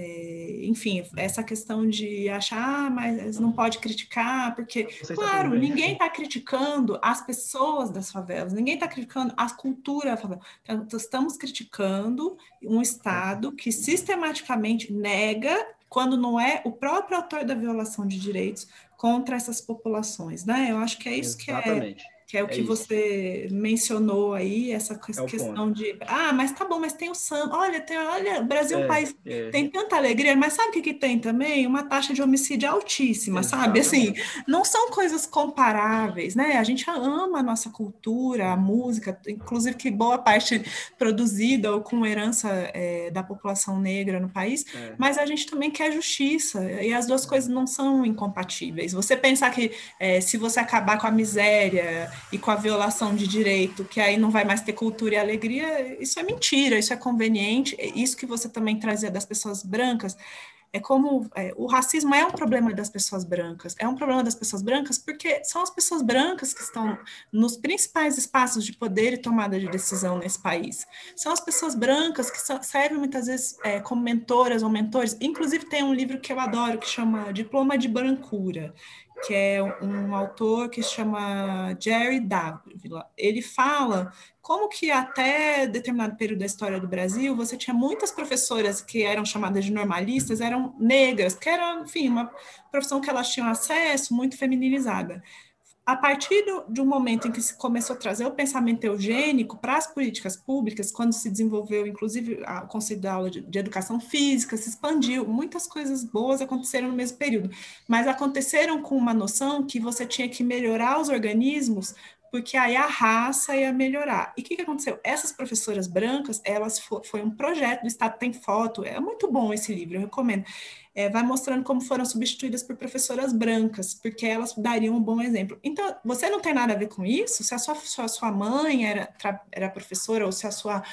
É, enfim, essa questão de achar, ah, mas não pode criticar, porque Você está tudo claro, bem. ninguém está criticando as pessoas das favelas, ninguém está criticando a cultura da favela. Então, estamos criticando um Estado que sistematicamente nega, quando não é o próprio autor da violação de direitos, contra essas populações, né? Eu acho que é isso que é, Exatamente. que é o É que isso. você mencionou aí, essa É o ponto. questão de, ah, mas tá bom, mas tem o samba, olha, tem, olha, o Brasil é um É, país é, tem tanta alegria, mas sabe o que, que tem também? Uma taxa de homicídio altíssima, sabe? Assim, exatamente. não são coisas comparáveis, né? A gente ama a nossa cultura, a música, inclusive que boa parte produzida ou com herança é, da população negra no país, É, mas a gente também quer justiça, e as duas coisas não são incompatíveis. Você pensar que é, se você acabar com a miséria e com a violação de direito, que aí não vai mais ter cultura e alegria, isso é mentira, isso é conveniente, isso que você também trazia das pessoas brancas, é como é, o racismo é um problema das pessoas brancas, é um problema das pessoas brancas porque são as pessoas brancas que estão nos principais espaços de poder e tomada de decisão nesse país. São as pessoas brancas que são, servem muitas vezes é, como mentoras ou mentores. Inclusive tem um livro que eu adoro que chama Diploma de Brancura, que é um autor que se chama Jerry Dávila. Ele fala como que até determinado período da história do Brasil, você tinha muitas professoras que eram chamadas de normalistas, eram negras, que era, enfim, uma profissão que elas tinham acesso, muito feminilizada. A partir do, de um momento em que se começou a trazer o pensamento eugênico para as políticas públicas, quando se desenvolveu, inclusive, a- o conceito da aula de, de educação física, se expandiu, muitas coisas boas aconteceram no mesmo período, mas aconteceram com uma noção que você tinha que melhorar os organismos, porque aí a raça ia melhorar. E o que, que aconteceu? Essas professoras brancas, elas fo- foi um projeto do Estado, tem foto, é muito bom esse livro, eu recomendo. É, vai mostrando como foram substituídas por professoras brancas, porque elas dariam um bom exemplo. Então, você não tem nada a ver com isso? Se a sua, sua, sua mãe era, era professora, ou se a sua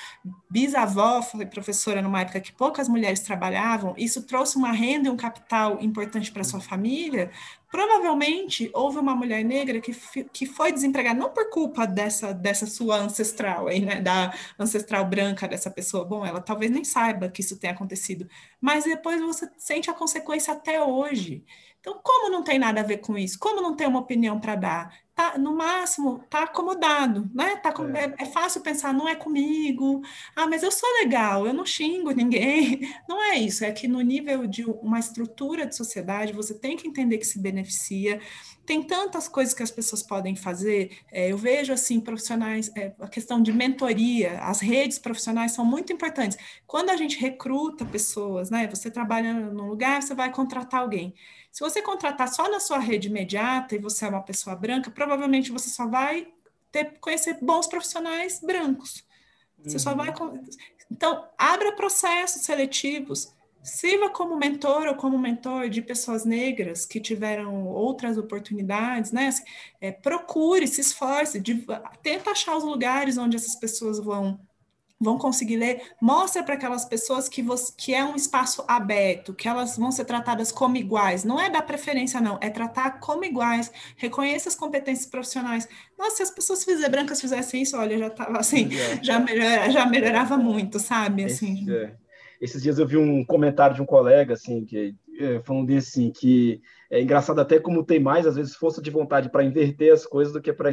bisavó foi professora numa época que poucas mulheres trabalhavam, isso trouxe uma renda e um capital importante para a sua família, provavelmente houve uma mulher negra que, que foi desempregada, não por culpa dessa, dessa sua ancestral, aí, né, da ancestral branca dessa pessoa. Bom, ela talvez nem saiba que isso tenha acontecido, mas depois você sente a consequência até hoje. Então, como não tem nada a ver com isso? Como não tem uma opinião para dar? Tá, no máximo, tá acomodado, né? Tá com, é, é, é fácil pensar, não é comigo. Ah, mas eu sou legal, eu não xingo ninguém. Não é isso, é que no nível de uma estrutura de sociedade, você tem que entender que se beneficia. Tem tantas coisas que as pessoas podem fazer. É, eu vejo, assim, profissionais, é, a questão de mentoria, as redes profissionais são muito importantes. Quando a gente recruta pessoas, né? Você trabalha num lugar, você vai contratar alguém. Se você contratar só na sua rede imediata e você é uma pessoa branca, provavelmente você só vai ter, conhecer bons profissionais brancos. Você só vai. uhum, Então, abra processos seletivos, sirva como mentor ou como mentor de pessoas negras que tiveram outras oportunidades, né? É, procure, se esforce, de, tenta achar os lugares onde essas pessoas vão vão conseguir ler, mostra para aquelas pessoas que, você, que é um espaço aberto, que elas vão ser tratadas como iguais, não é dar preferência não, é tratar como iguais, reconheça as competências profissionais. Nossa, se as pessoas fizer, brancas fizessem isso, olha, já estava assim, Já, já, melhor, já melhorava é, muito, sabe, esse, assim. é. Esses dias eu vi um comentário de um colega, assim, que é, falando bem assim, que é engraçado até como tem mais, às vezes, força de vontade para inverter as coisas do que para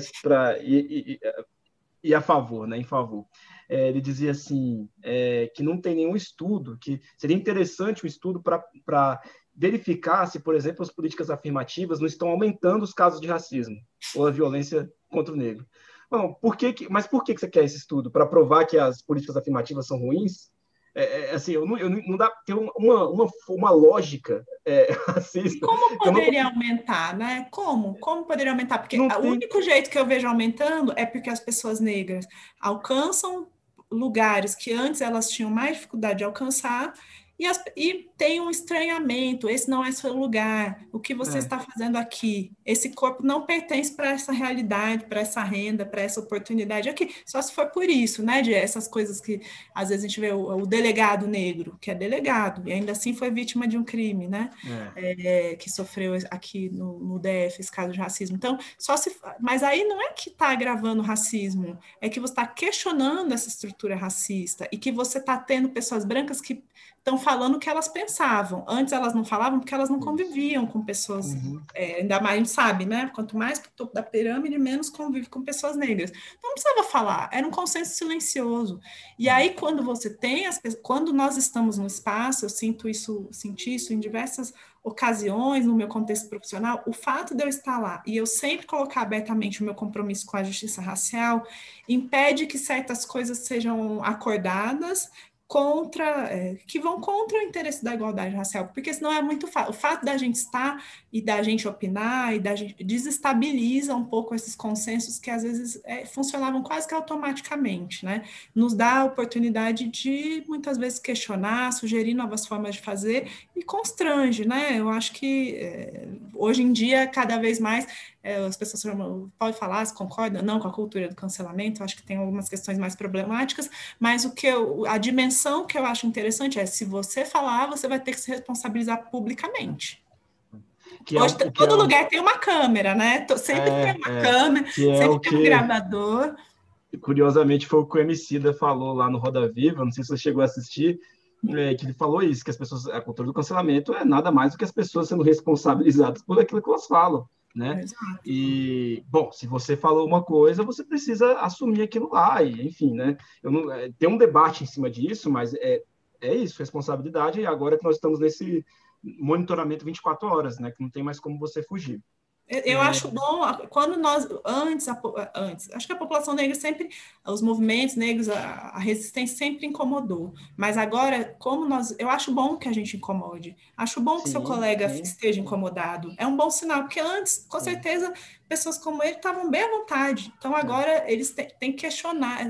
ir, ir a favor, né, em favor. É, ele dizia assim, é, que não tem nenhum estudo, que seria interessante um estudo para verificar se, por exemplo, as políticas afirmativas não estão aumentando os casos de racismo ou a violência contra o negro. Bom, por que que, mas por que, que você quer esse estudo? Para provar que as políticas afirmativas são ruins? É, é, assim, eu não, eu não dá ter uma, uma, uma lógica é, E racista como que eu não poderia aumentar, né? Como? Como poderia aumentar? Porque não o tem. único jeito que eu vejo aumentando é porque as pessoas negras alcançam lugares que antes elas tinham mais dificuldade de alcançar e, as, e tem um estranhamento. Esse não é seu lugar. O que você É, está fazendo aqui? Esse corpo não pertence para essa realidade, para essa renda, para essa oportunidade aqui. Só se for por isso, né? De essas coisas que às vezes a gente vê o, o delegado negro, que é delegado, e ainda assim foi vítima de um crime, né? é, É, que sofreu aqui no, no D F esse caso de racismo. Então, só se. Mas aí não é que está agravando o racismo, é que você está questionando essa estrutura racista e que você está tendo pessoas brancas que estão falando o que elas pensavam. Antes elas não falavam porque elas não isso. conviviam com pessoas. Uhum. É, ainda mais a gente sabe, né? Quanto mais para o topo da pirâmide, menos convive com pessoas negras. Então não precisava falar, era um consenso silencioso. E É. aí, quando você tem as quando nós estamos no espaço, eu sinto isso, senti isso em diversas ocasiões no meu contexto profissional, o fato de eu estar lá e eu sempre colocar abertamente o meu compromisso com a justiça racial impede que certas coisas sejam acordadas contra, é, que vão contra o interesse da igualdade racial, porque senão é muito fácil. O fato da gente estar e da gente opinar e da gente desestabiliza um pouco esses consensos que às vezes é, funcionavam quase que automaticamente, né? Nos dá a oportunidade de muitas vezes questionar, sugerir novas formas de fazer e constrange, né? Eu acho que é, hoje em dia, cada vez mais, é, as pessoas podem falar se concordam não com a cultura do cancelamento, eu acho que tem algumas questões mais problemáticas, mas o que eu, a dimensão que eu acho interessante é, se você falar, você vai ter que se responsabilizar publicamente. Que é Hoje, o, o que é todo o, lugar tem uma câmera, né? Sempre tem é, uma é, câmera, que é sempre o tem um que gravador. curiosamente foi o que o Emicida falou lá no Roda Viva, não sei se você chegou a assistir, é, que ele falou isso, que as pessoas, a cultura do cancelamento é nada mais do que as pessoas sendo responsabilizadas por aquilo que elas falam, né? Exato. E, bom, se você falou uma coisa, você precisa assumir aquilo lá, e, enfim, né? Eu não, é, tem um debate em cima disso, mas é, é isso, responsabilidade, e agora que nós estamos nesse monitoramento vinte e quatro horas, né? Que não tem mais como você fugir. Eu acho bom, quando nós, antes, a, antes, acho que a população negra sempre, os movimentos negros, a, a resistência sempre incomodou, mas agora, como nós, eu acho bom que a gente incomode, acho bom que seu Sim, colega sim, esteja sim, incomodado, é um bom sinal, porque antes, com sim. certeza, pessoas como ele estavam bem à vontade, então É, agora eles têm, têm que questionar,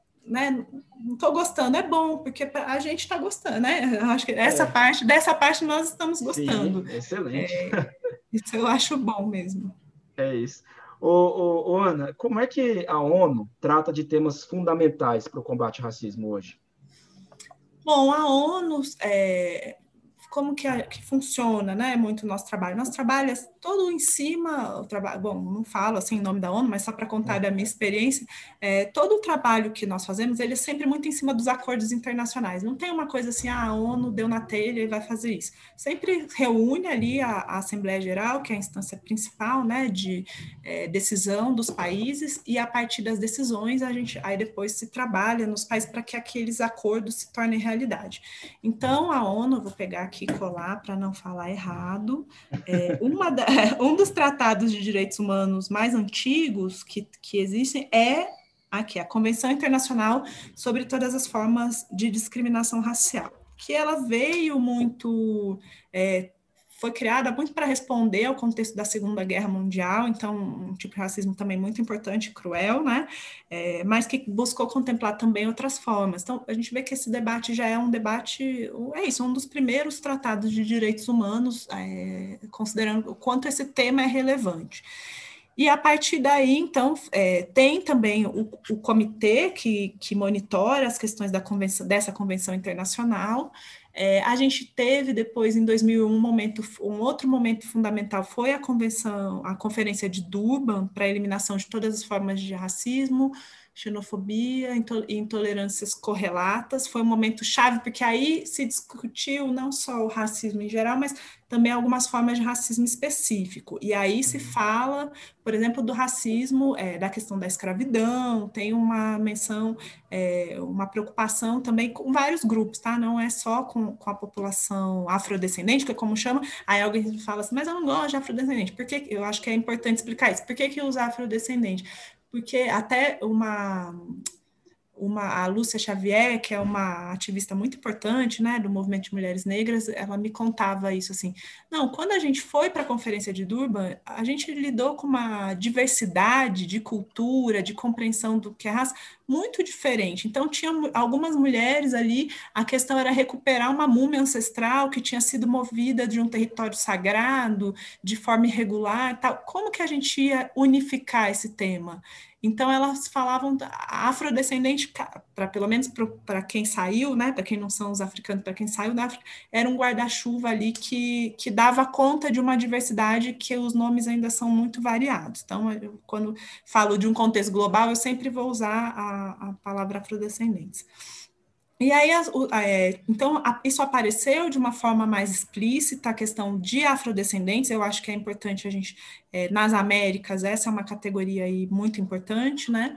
né? Não estou gostando, é bom, porque a gente está gostando, né? Eu acho que essa é, parte, dessa parte nós estamos gostando. sim, excelente. É, isso eu acho bom mesmo. É isso. Ô, ô, ô, Ana, como é que a ONU trata de temas fundamentais para o combate ao racismo hoje? Bom, a ONU, é, como que, a, que funciona, né? Muito o nosso trabalho. Nosso trabalho é todo em cima, o trabalho, bom, não falo assim em nome da ONU, mas só para contar da minha experiência, é, todo o trabalho que nós fazemos, ele é sempre muito em cima dos acordos internacionais. Não tem uma coisa assim, ah, a ONU deu na telha e vai fazer isso. Sempre reúne ali a, a Assembleia Geral, que é a instância principal, né, de é, decisão dos países, e a partir das decisões, a gente aí depois se trabalha nos países para que aqueles acordos se tornem realidade. Então, a ONU, vou pegar aqui e colar para não falar errado, é, uma da, um dos tratados de direitos humanos mais antigos que, que existem é aqui, a Convenção Internacional sobre todas as formas de discriminação racial, que ela veio muito, é, foi criada muito para responder ao contexto da Segunda Guerra Mundial, então um tipo de racismo também muito importante e cruel, né? É, mas que buscou contemplar também outras formas. Então, a gente vê que esse debate já é um debate, é isso, um dos primeiros tratados de direitos humanos, é, considerando o quanto esse tema é relevante. E a partir daí, então, é, tem também o, o comitê que, que monitora as questões da convenção, dessa convenção internacional. É, a gente teve depois, em dois mil e um, um, momento, um outro momento fundamental foi a convenção, a Conferência de Durban, para a eliminação de todas as formas de racismo, xenofobia e intolerâncias correlatas. Foi um momento chave, porque aí se discutiu não só o racismo em geral, mas também algumas formas de racismo específico. E aí se fala, por exemplo, do racismo, é, da questão da escravidão, tem uma menção, é, uma preocupação também com vários grupos, tá? Não é só com, com a população afrodescendente, que é como chama, aí alguém fala assim, mas eu não gosto de afrodescendente. Por que? Eu acho que é importante explicar isso. Por que que usa afrodescendente? Porque até uma... Uma, a Lúcia Xavier, que é uma ativista muito importante, né, do movimento de mulheres negras, ela me contava isso assim, não, quando a gente foi para a Conferência de Durban, a gente lidou com uma diversidade de cultura, de compreensão do que é raça, muito diferente. Então, tinha algumas mulheres ali, a questão era recuperar uma múmia ancestral que tinha sido movida de um território sagrado, de forma irregular, tal. Como que a gente ia unificar esse tema? Então, elas falavam afrodescendente, para pelo menos para quem saiu, né, para quem não são os africanos, para quem saiu da África, era um guarda-chuva ali que, que dava conta de uma diversidade que os nomes ainda são muito variados. Então, eu, quando falo de um contexto global, eu sempre vou usar a, a palavra afrodescendentes. E aí, é, então, isso apareceu de uma forma mais explícita, a questão de afrodescendentes, eu acho que é importante a gente, é, nas Américas, essa é uma categoria aí muito importante, né?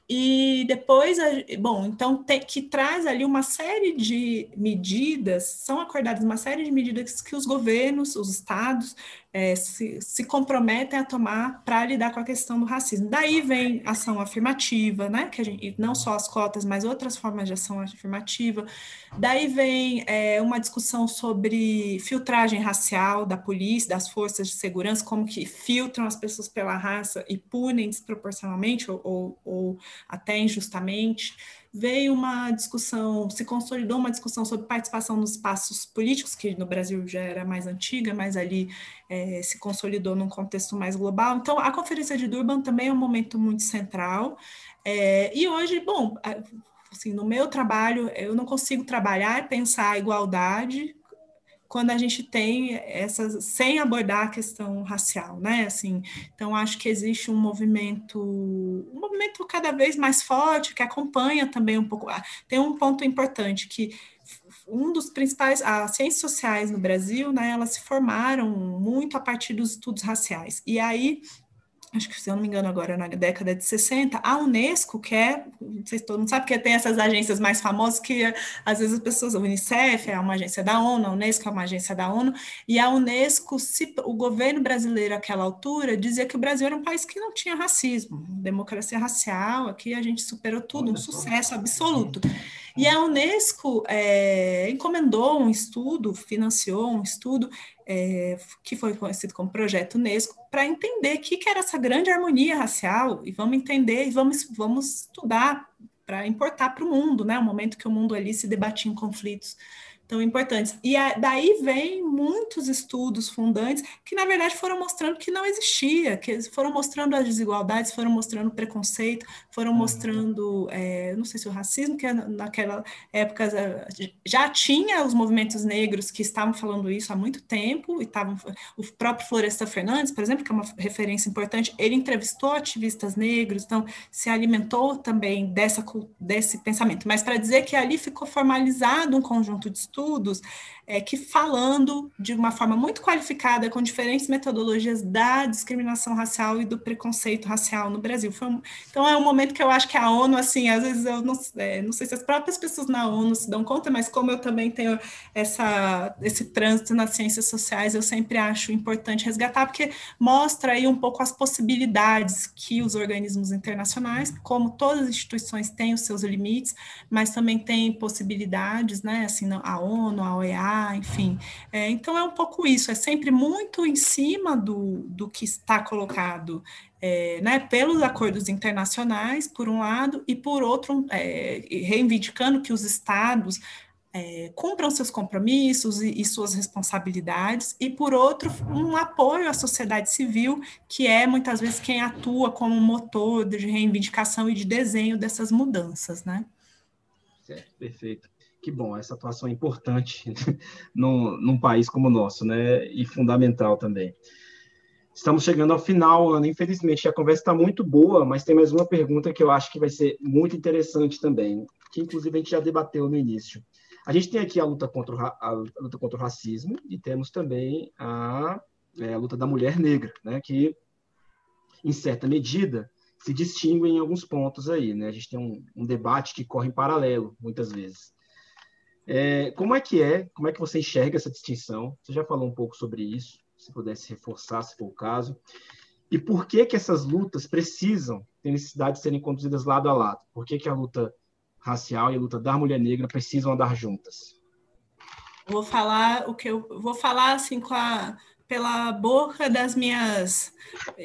E depois, bom, então, te, que traz ali uma série de medidas, são acordadas uma série de medidas que os governos, os estados, é, se, se comprometem a tomar para lidar com a questão do racismo. Daí vem ação afirmativa, né, que a gente, não só as cotas, mas outras formas de ação afirmativa. Daí vem é, uma discussão sobre filtragem racial da polícia, das forças de segurança, como que filtram as pessoas pela raça e punem desproporcionalmente ou, ou, ou até injustamente. Veio uma discussão, se consolidou uma discussão sobre participação nos espaços políticos, que no Brasil já era mais antiga, mas ali é, se consolidou num contexto mais global. Então, a Conferência de Durban também é um momento muito central. É, e hoje, bom, assim, no meu trabalho, eu não consigo trabalhar e pensar a igualdade quando a gente tem essas, sem abordar a questão racial, né? Assim, então, acho que existe um movimento, um movimento cada vez mais forte, que acompanha também um pouco. Tem um ponto importante, que um dos principais, as ciências sociais no Brasil, né, elas se formaram muito a partir dos estudos raciais. E aí, acho que, se eu não me engano, agora na década de sessenta, a Unesco, que é, não sei se todo mundo sabe, porque tem essas agências mais famosas que, às vezes, as pessoas, a Unicef é uma agência da ONU, a Unesco é uma agência da ONU, e a Unesco, se, o governo brasileiro, àquela altura, dizia que o Brasil era um país que não tinha racismo, democracia racial, aqui a gente superou tudo, um sucesso absoluto. E a Unesco é, encomendou um estudo, financiou um estudo, é, que foi conhecido como Projeto Unesco, para entender o que, que era essa grande harmonia racial, e vamos entender, e vamos, vamos estudar para importar para o mundo, né? O momento que o mundo ali se debatia em conflitos tão importantes. E a, daí vem muitos estudos fundantes que, na verdade, foram mostrando que não existia, que foram mostrando as desigualdades, foram mostrando o preconceito, foram mostrando, é, não sei se o racismo, que naquela época já tinha os movimentos negros que estavam falando isso há muito tempo, e estavam, o próprio Florestan Fernandes, por exemplo, que é uma referência importante, ele entrevistou ativistas negros, então se alimentou também dessa, desse pensamento, mas para dizer que ali ficou formalizado um conjunto de estudos é, que falando de uma forma muito qualificada, com diferentes metodologias da discriminação racial e do preconceito racial no Brasil. Foi um, então é um momento que eu acho que a ONU, assim, às vezes eu não, é, não sei se as próprias pessoas na ONU se dão conta, mas como eu também tenho essa, esse trânsito nas ciências sociais, eu sempre acho importante resgatar, porque mostra aí um pouco as possibilidades que os organismos internacionais, como todas as instituições têm os seus limites, mas também tem possibilidades, né, assim, a ONU, a O E A, enfim. É, então, é um pouco isso, é sempre muito em cima do, do que está colocado, é, né, pelos acordos internacionais, por um lado, e por outro, é, reivindicando que os estados é, cumpram seus compromissos e, e suas responsabilidades, e, por outro, um apoio à sociedade civil, que é, muitas vezes, quem atua como motor de reivindicação e de desenho dessas mudanças, né? Certo, perfeito. Que bom, essa atuação é importante num, num país como o nosso, né? E fundamental também. Estamos chegando ao final, Ana. Infelizmente, a conversa está muito boa, mas tem mais uma pergunta que eu acho que vai ser muito interessante também, que inclusive a gente já debateu no início. A gente tem aqui a luta contra o, ra- a luta contra o racismo e temos também a, é, a luta da mulher negra, né? Que, em certa medida, se distinguem em alguns pontos aí, né? A gente tem um, um debate que corre em paralelo, muitas vezes. É, como é que é? Como é que você enxerga essa distinção? Você já falou um pouco sobre isso, se pudesse reforçar, se for o caso. E por que que essas lutas precisam ter necessidade de serem conduzidas lado a lado? Por que que a luta racial e a luta da mulher negra precisam andar juntas? Vou falar o que eu vou falar assim com a pela boca das minhas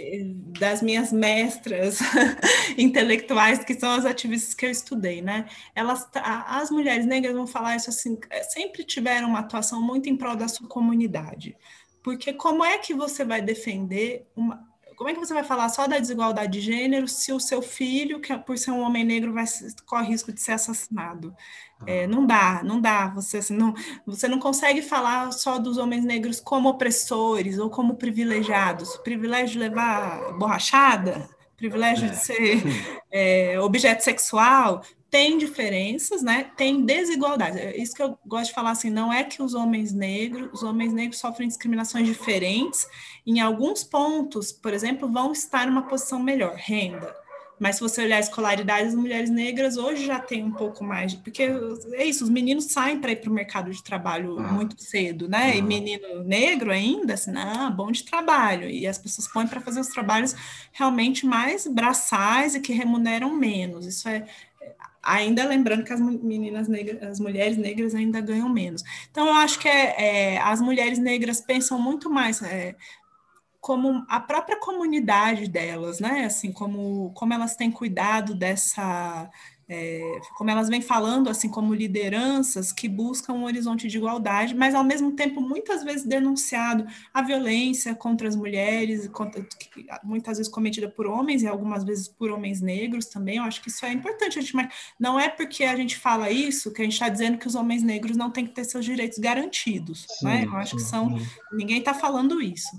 das minhas mestras intelectuais, que são as ativistas que eu estudei, né? Elas, as mulheres negras vão falar isso assim, sempre tiveram uma atuação muito em prol da sua comunidade. Porque como é que você vai defender uma, como é que você vai falar só da desigualdade de gênero se o seu filho, que por ser um homem negro, vai corre risco de ser assassinado? É, não dá, não dá. Você, assim, não, você não consegue falar só dos homens negros como opressores ou como privilegiados. Privilégio de levar borrachada, privilégio de É. ser é, objeto sexual. Tem diferenças, né? Tem desigualdades. É isso que eu gosto de falar assim, não é que os homens negros, os homens negros sofrem discriminações diferentes. Em alguns pontos, por exemplo, vão estar numa posição melhor, renda. Mas se você olhar a escolaridade, as mulheres negras hoje já têm um pouco mais, de, porque é isso, os meninos saem para ir para o mercado de trabalho Ah, muito cedo, né? E ah, menino negro ainda, assim, não, bom de trabalho. E as pessoas põem para fazer os trabalhos realmente mais braçais e que remuneram menos. Isso é ainda lembrando que as meninas negras, as mulheres negras ainda ganham menos. Então, eu acho que é, é, as mulheres negras pensam muito mais é, como a própria comunidade delas, né? Assim, como, como elas têm cuidado dessa. É, como elas vêm falando, assim, como lideranças que buscam um horizonte de igualdade, mas ao mesmo tempo muitas vezes denunciado a violência contra as mulheres, contra, que, muitas vezes cometida por homens e algumas vezes por homens negros também. Eu acho que isso é importante, a gente, mas não é porque a gente fala isso que a gente está dizendo que os homens negros não têm que ter seus direitos garantidos, né? Eu sim, acho que sim, são, sim. ninguém está falando isso.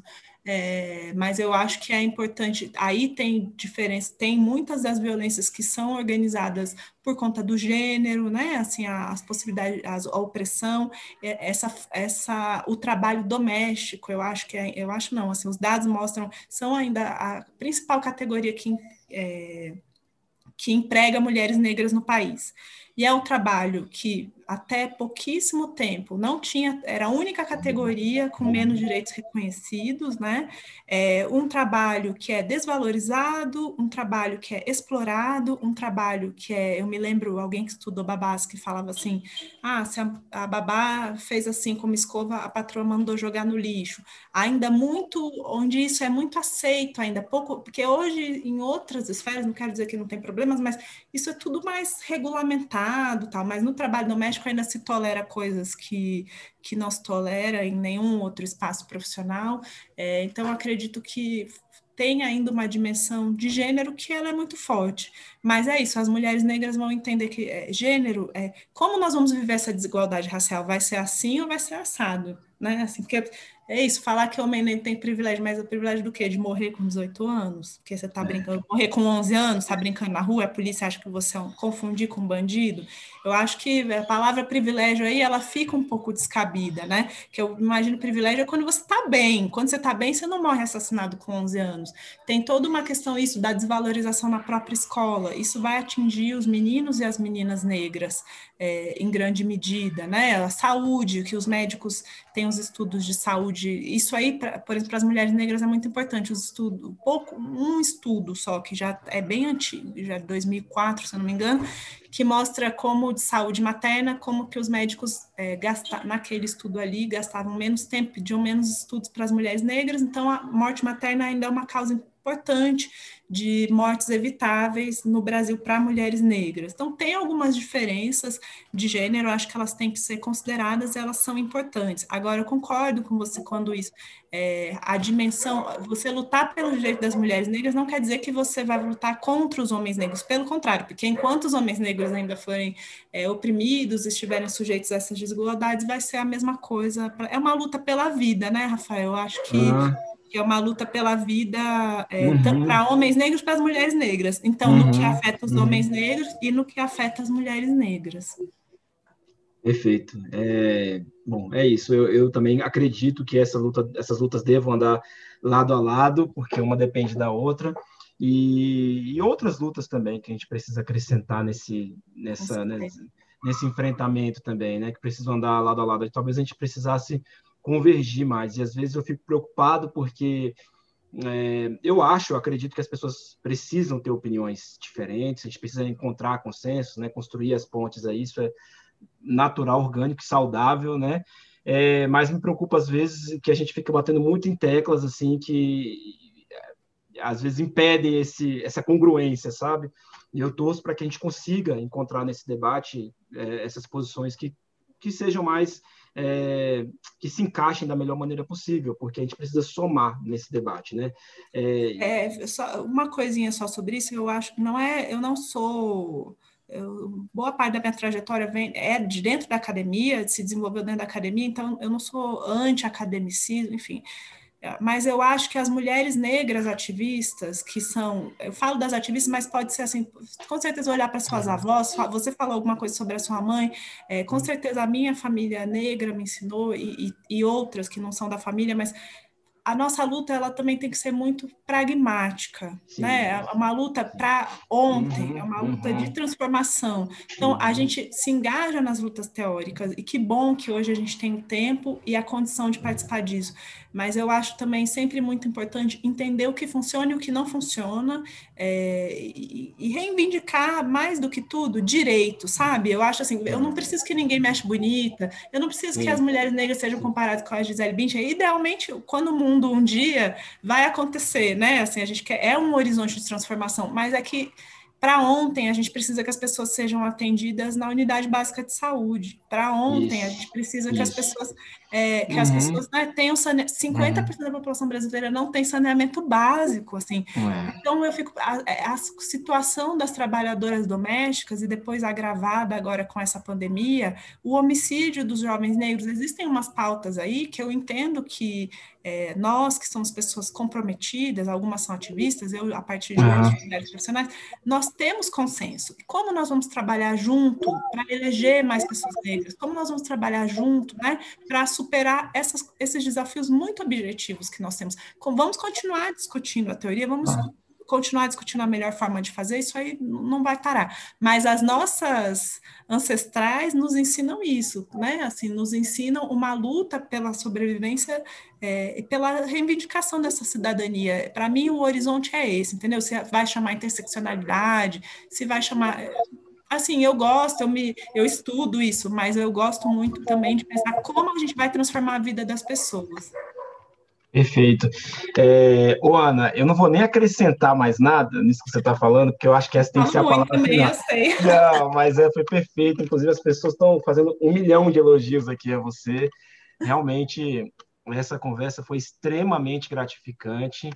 É, mas eu acho que é importante. Aí tem diferença, tem muitas das violências que são organizadas por conta do gênero, né? Assim, as possibilidades, a opressão, essa, essa, o trabalho doméstico. Eu acho que, é, eu acho não. Assim, os dados mostram são ainda a principal categoria que é, que emprega mulheres negras no país. E é um trabalho que até pouquíssimo tempo não tinha, era a única categoria com menos direitos reconhecidos, né? É um trabalho que é desvalorizado, um trabalho que é explorado, um trabalho que é, eu me lembro alguém que estudou babás que falava assim, ah, se a, a babá fez assim como escova, a patroa mandou jogar no lixo. Ainda muito, onde isso é muito aceito, ainda pouco, porque hoje em outras esferas, não quero dizer que não tem problemas, mas isso é tudo mais regulamentado, tal, mas no trabalho doméstico ainda se tolera coisas que, que não se tolera em nenhum outro espaço profissional. É, então, eu acredito que tem ainda uma dimensão de gênero que ela é muito forte. Mas é isso, as mulheres negras vão entender que é, gênero é como nós vamos viver essa desigualdade racial? Vai ser assim ou vai ser assado? Né? Assim, porque é isso, falar que o homem negro tem privilégio, mas o privilégio do quê? De morrer com dezoito anos? Porque você está É, brincando, morrer com onze anos, está brincando na rua, a polícia acha que você é um confundir com um bandido. Eu acho que a palavra privilégio aí, ela fica um pouco descabida, né? Que eu imagino privilégio é quando você está bem. Quando você está bem, você não morre assassinado com onze anos. Tem toda uma questão isso da desvalorização na própria escola. Isso vai atingir os meninos e as meninas negras é, em grande medida, né? A saúde, que os médicos têm os estudos de saúde. Isso aí, pra, por exemplo, para as mulheres negras é muito importante. Os estudos, pouco, um estudo só, que já é bem antigo, já é dois mil e quatro, se eu não me engano, que mostra como de saúde materna, como que os médicos é, gastam, naquele estudo ali gastavam menos tempo, pediam menos estudos para as mulheres negras, então a morte materna ainda é uma causa importante de mortes evitáveis no Brasil para mulheres negras. Então, tem algumas diferenças de gênero, acho que elas têm que ser consideradas, elas são importantes. Agora, eu concordo com você quando isso, é, a dimensão, você lutar pelo direito das mulheres negras não quer dizer que você vai lutar contra os homens negros, pelo contrário, porque enquanto os homens negros ainda forem é, oprimidos, estiverem sujeitos a essas desigualdades, vai ser a mesma coisa. É uma luta pela vida, né, Rafael? Eu acho que Ah, que é uma luta pela vida é, uhum, para homens negros e para as mulheres negras. Então, no que uhum, afeta os uhum. homens negros e no que afeta as mulheres negras. Perfeito. É, bom, é isso. Eu, eu também acredito que essa luta, essas lutas devam andar lado a lado, porque uma depende da outra, e, e outras lutas também que a gente precisa acrescentar nesse, Com nessa, certeza. nesse, nesse enfrentamento também, né? Que precisam andar lado a lado. Talvez a gente precisasse convergir mais. E às vezes eu fico preocupado porque é, eu acho, eu acredito que as pessoas precisam ter opiniões diferentes, a gente precisa encontrar consensos, né? Construir as pontes aí. Isso é natural, orgânico e saudável, né? É, mas me preocupa às vezes que a gente fica batendo muito em teclas assim que às vezes impedem esse, essa congruência, sabe? E eu torço para que a gente consiga encontrar nesse debate é, essas posições que, que sejam mais é, que se encaixem da melhor maneira possível, porque a gente precisa somar nesse debate, né? É, É, só, uma coisinha só sobre isso, eu acho que não é, eu não sou. Eu, boa parte da minha trajetória vem, é de dentro da academia, se desenvolveu dentro da academia, então eu não sou anti-academicismo, enfim. Mas eu acho que as mulheres negras ativistas, que são, eu falo das ativistas, mas pode ser assim, com certeza olhar para suas avós, você falou alguma coisa sobre a sua mãe, é, com certeza a minha família negra me ensinou, e, e, e outras que não são da família, mas a nossa luta ela também tem que ser muito pragmática, né? sim, É uma luta sim. para ontem, é Uhum, uma luta de uhum, transformação. Então, a uhum. gente se engaja nas lutas teóricas, e que bom que hoje a gente tem o tempo e a condição de participar disso. Mas eu acho também sempre muito importante entender o que funciona e o que não funciona, é, e, e reivindicar mais do que tudo direito, sabe? Eu acho assim, eu não preciso que ninguém me ache bonita, eu não preciso que as Sim, mulheres negras sejam sim. comparadas com a Gisele Bündchen. Idealmente, quando o mundo um dia vai acontecer, né? Assim, a gente quer é um horizonte de transformação, mas é que para ontem a gente precisa que as pessoas sejam atendidas na unidade básica de saúde. Para ontem a Isso, gente precisa que as isso. pessoas é, que as Uhum, pessoas né, tenham sane... cinquenta por uhum. cento da população brasileira não tem saneamento básico, assim. É. Então eu fico a, a situação das trabalhadoras domésticas e depois agravada agora com essa pandemia, o homicídio dos jovens negros, existem umas pautas aí que eu entendo que é, nós que somos pessoas comprometidas, algumas são ativistas, eu a partir de outros Aham. lugares profissionais, nós temos consenso. E como nós vamos trabalhar junto para eleger mais pessoas negras? Como nós vamos trabalhar junto, né, para superar essas, esses desafios muito objetivos que nós temos? Como, vamos continuar discutindo a teoria, vamos continuar discutindo a melhor forma de fazer, isso aí não vai parar. Mas as nossas ancestrais nos ensinam isso, né? Assim, nos ensinam uma luta pela sobrevivência é, e pela reivindicação dessa cidadania. Para mim, o horizonte é esse, entendeu? Se vai chamar interseccionalidade, se vai chamar. Assim, eu gosto, eu, me, eu estudo isso, mas eu gosto muito também de pensar como a gente vai transformar a vida das pessoas. Perfeito. É, ô, Ana, eu não vou nem acrescentar mais nada nisso que você está falando, porque eu acho que essa tem que ser Falo a muito palavra também, final. eu sei. Não, mas é, foi perfeito. Inclusive, as pessoas estão fazendo um milhão de elogios aqui a você. Realmente, essa conversa foi extremamente gratificante.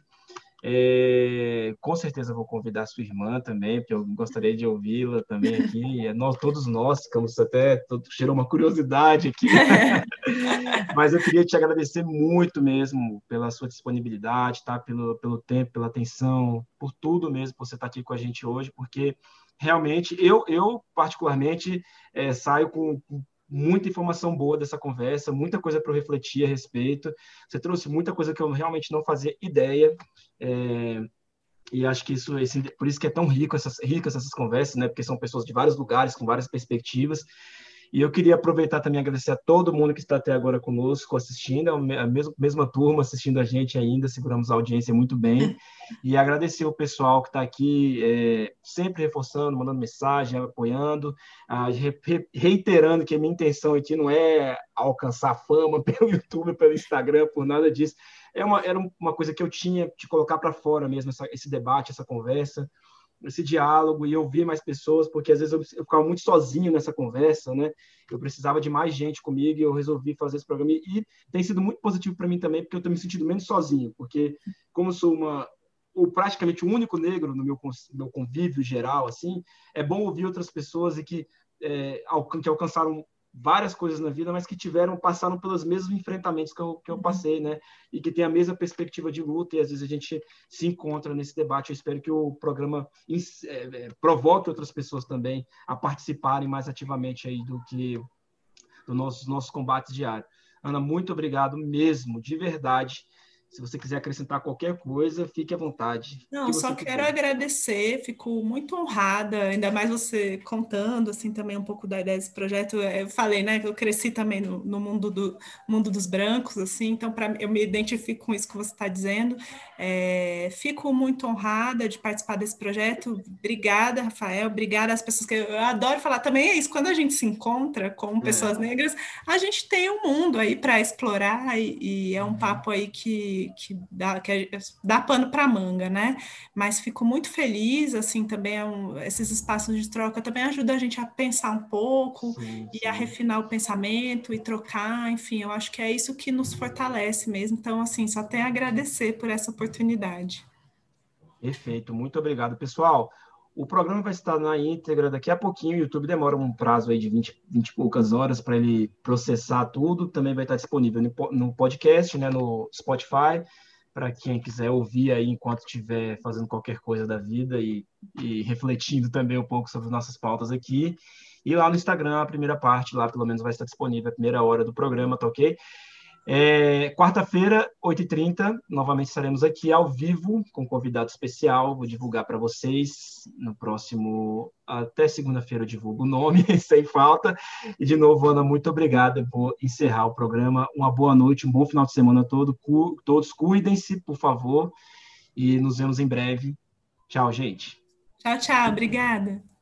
É, com certeza vou convidar a sua irmã também, porque eu gostaria de ouvi-la também aqui. É, nós, todos nós ficamos até, todo, gerou uma curiosidade aqui. Mas eu queria te agradecer muito mesmo pela sua disponibilidade, tá? Pelo, pelo tempo, pela atenção, por tudo mesmo, por você estar aqui com a gente hoje, porque realmente eu, eu particularmente, é, saio com, com muita informação boa dessa conversa, muita coisa para eu refletir a respeito. Você trouxe muita coisa que eu realmente não fazia ideia. É, e acho que isso, esse, por isso que é tão rico essas, ricas essas conversas, né? Porque são pessoas de vários lugares, com várias perspectivas. E eu queria aproveitar também e agradecer a todo mundo que está até agora conosco, assistindo, é a mesma, mesma turma assistindo a gente ainda, seguramos a audiência muito bem. E agradecer o pessoal que está aqui, é, sempre reforçando, mandando mensagem, apoiando, ah, re, reiterando que a minha intenção aqui não é alcançar fama pelo YouTube, pelo Instagram, por nada disso. É uma, era uma coisa que eu tinha de colocar para fora mesmo, essa, esse debate, essa conversa, esse diálogo e ouvir mais pessoas, porque às vezes eu, eu ficava muito sozinho nessa conversa, né? Eu precisava de mais gente comigo e eu resolvi fazer esse programa. E tem sido muito positivo para mim também, porque eu estou me sentindo menos sozinho, porque como eu sou uma ou praticamente o único negro no meu, meu convívio geral, assim, é bom ouvir outras pessoas e que, é, que alcançaram várias coisas na vida, mas que tiveram, passaram pelos mesmos enfrentamentos que eu, que eu passei, né? E que tem a mesma perspectiva de luta, e às vezes a gente se encontra nesse debate. Eu espero que o programa é, provoque outras pessoas também a participarem mais ativamente aí do que dos nossos, nossos combates diários. Ana, muito obrigado mesmo, de verdade. Se você quiser acrescentar qualquer coisa, fique à vontade. Não, que só você quero quiser. agradecer, fico muito honrada, ainda mais você contando assim também um pouco da ideia desse projeto. Eu falei, né, que eu cresci também no, no mundo do mundo dos brancos, assim, então para eu me identifico com isso que você está dizendo. É, fico muito honrada de participar desse projeto. Obrigada, Rafael. Obrigada às pessoas que eu, eu adoro falar. Também é isso, quando a gente se encontra com pessoas é. negras, a gente tem um mundo aí para explorar e, e é um papo aí que, que dá, que dá pano para manga, né? Mas fico muito feliz, assim, também é um, esses espaços de troca também ajudam a gente a pensar um pouco sim, e sim. a refinar o pensamento e trocar, enfim, eu acho que é isso que nos fortalece mesmo. Então, assim, só tenho a agradecer por essa oportunidade. Perfeito, muito obrigado, pessoal. O programa vai estar na íntegra daqui a pouquinho. O YouTube demora um prazo aí de vinte, vinte e poucas horas para ele processar tudo. Também vai estar disponível no podcast, né, no Spotify, para quem quiser ouvir aí enquanto estiver fazendo qualquer coisa da vida e, e refletindo também um pouco sobre nossas pautas aqui. E lá no Instagram, a primeira parte, lá pelo menos vai estar disponível a primeira hora do programa, tá ok? É, quarta-feira, oito e trinta, novamente estaremos aqui ao vivo com um convidado especial. Vou divulgar para vocês no próximo, até segunda-feira eu divulgo o nome, sem falta. E de novo, Ana, muito obrigada por encerrar o programa. Uma boa noite, um bom final de semana todo. Cu- todos cuidem-se, por favor, e nos vemos em breve. Tchau, gente. Tchau, tchau. Obrigada.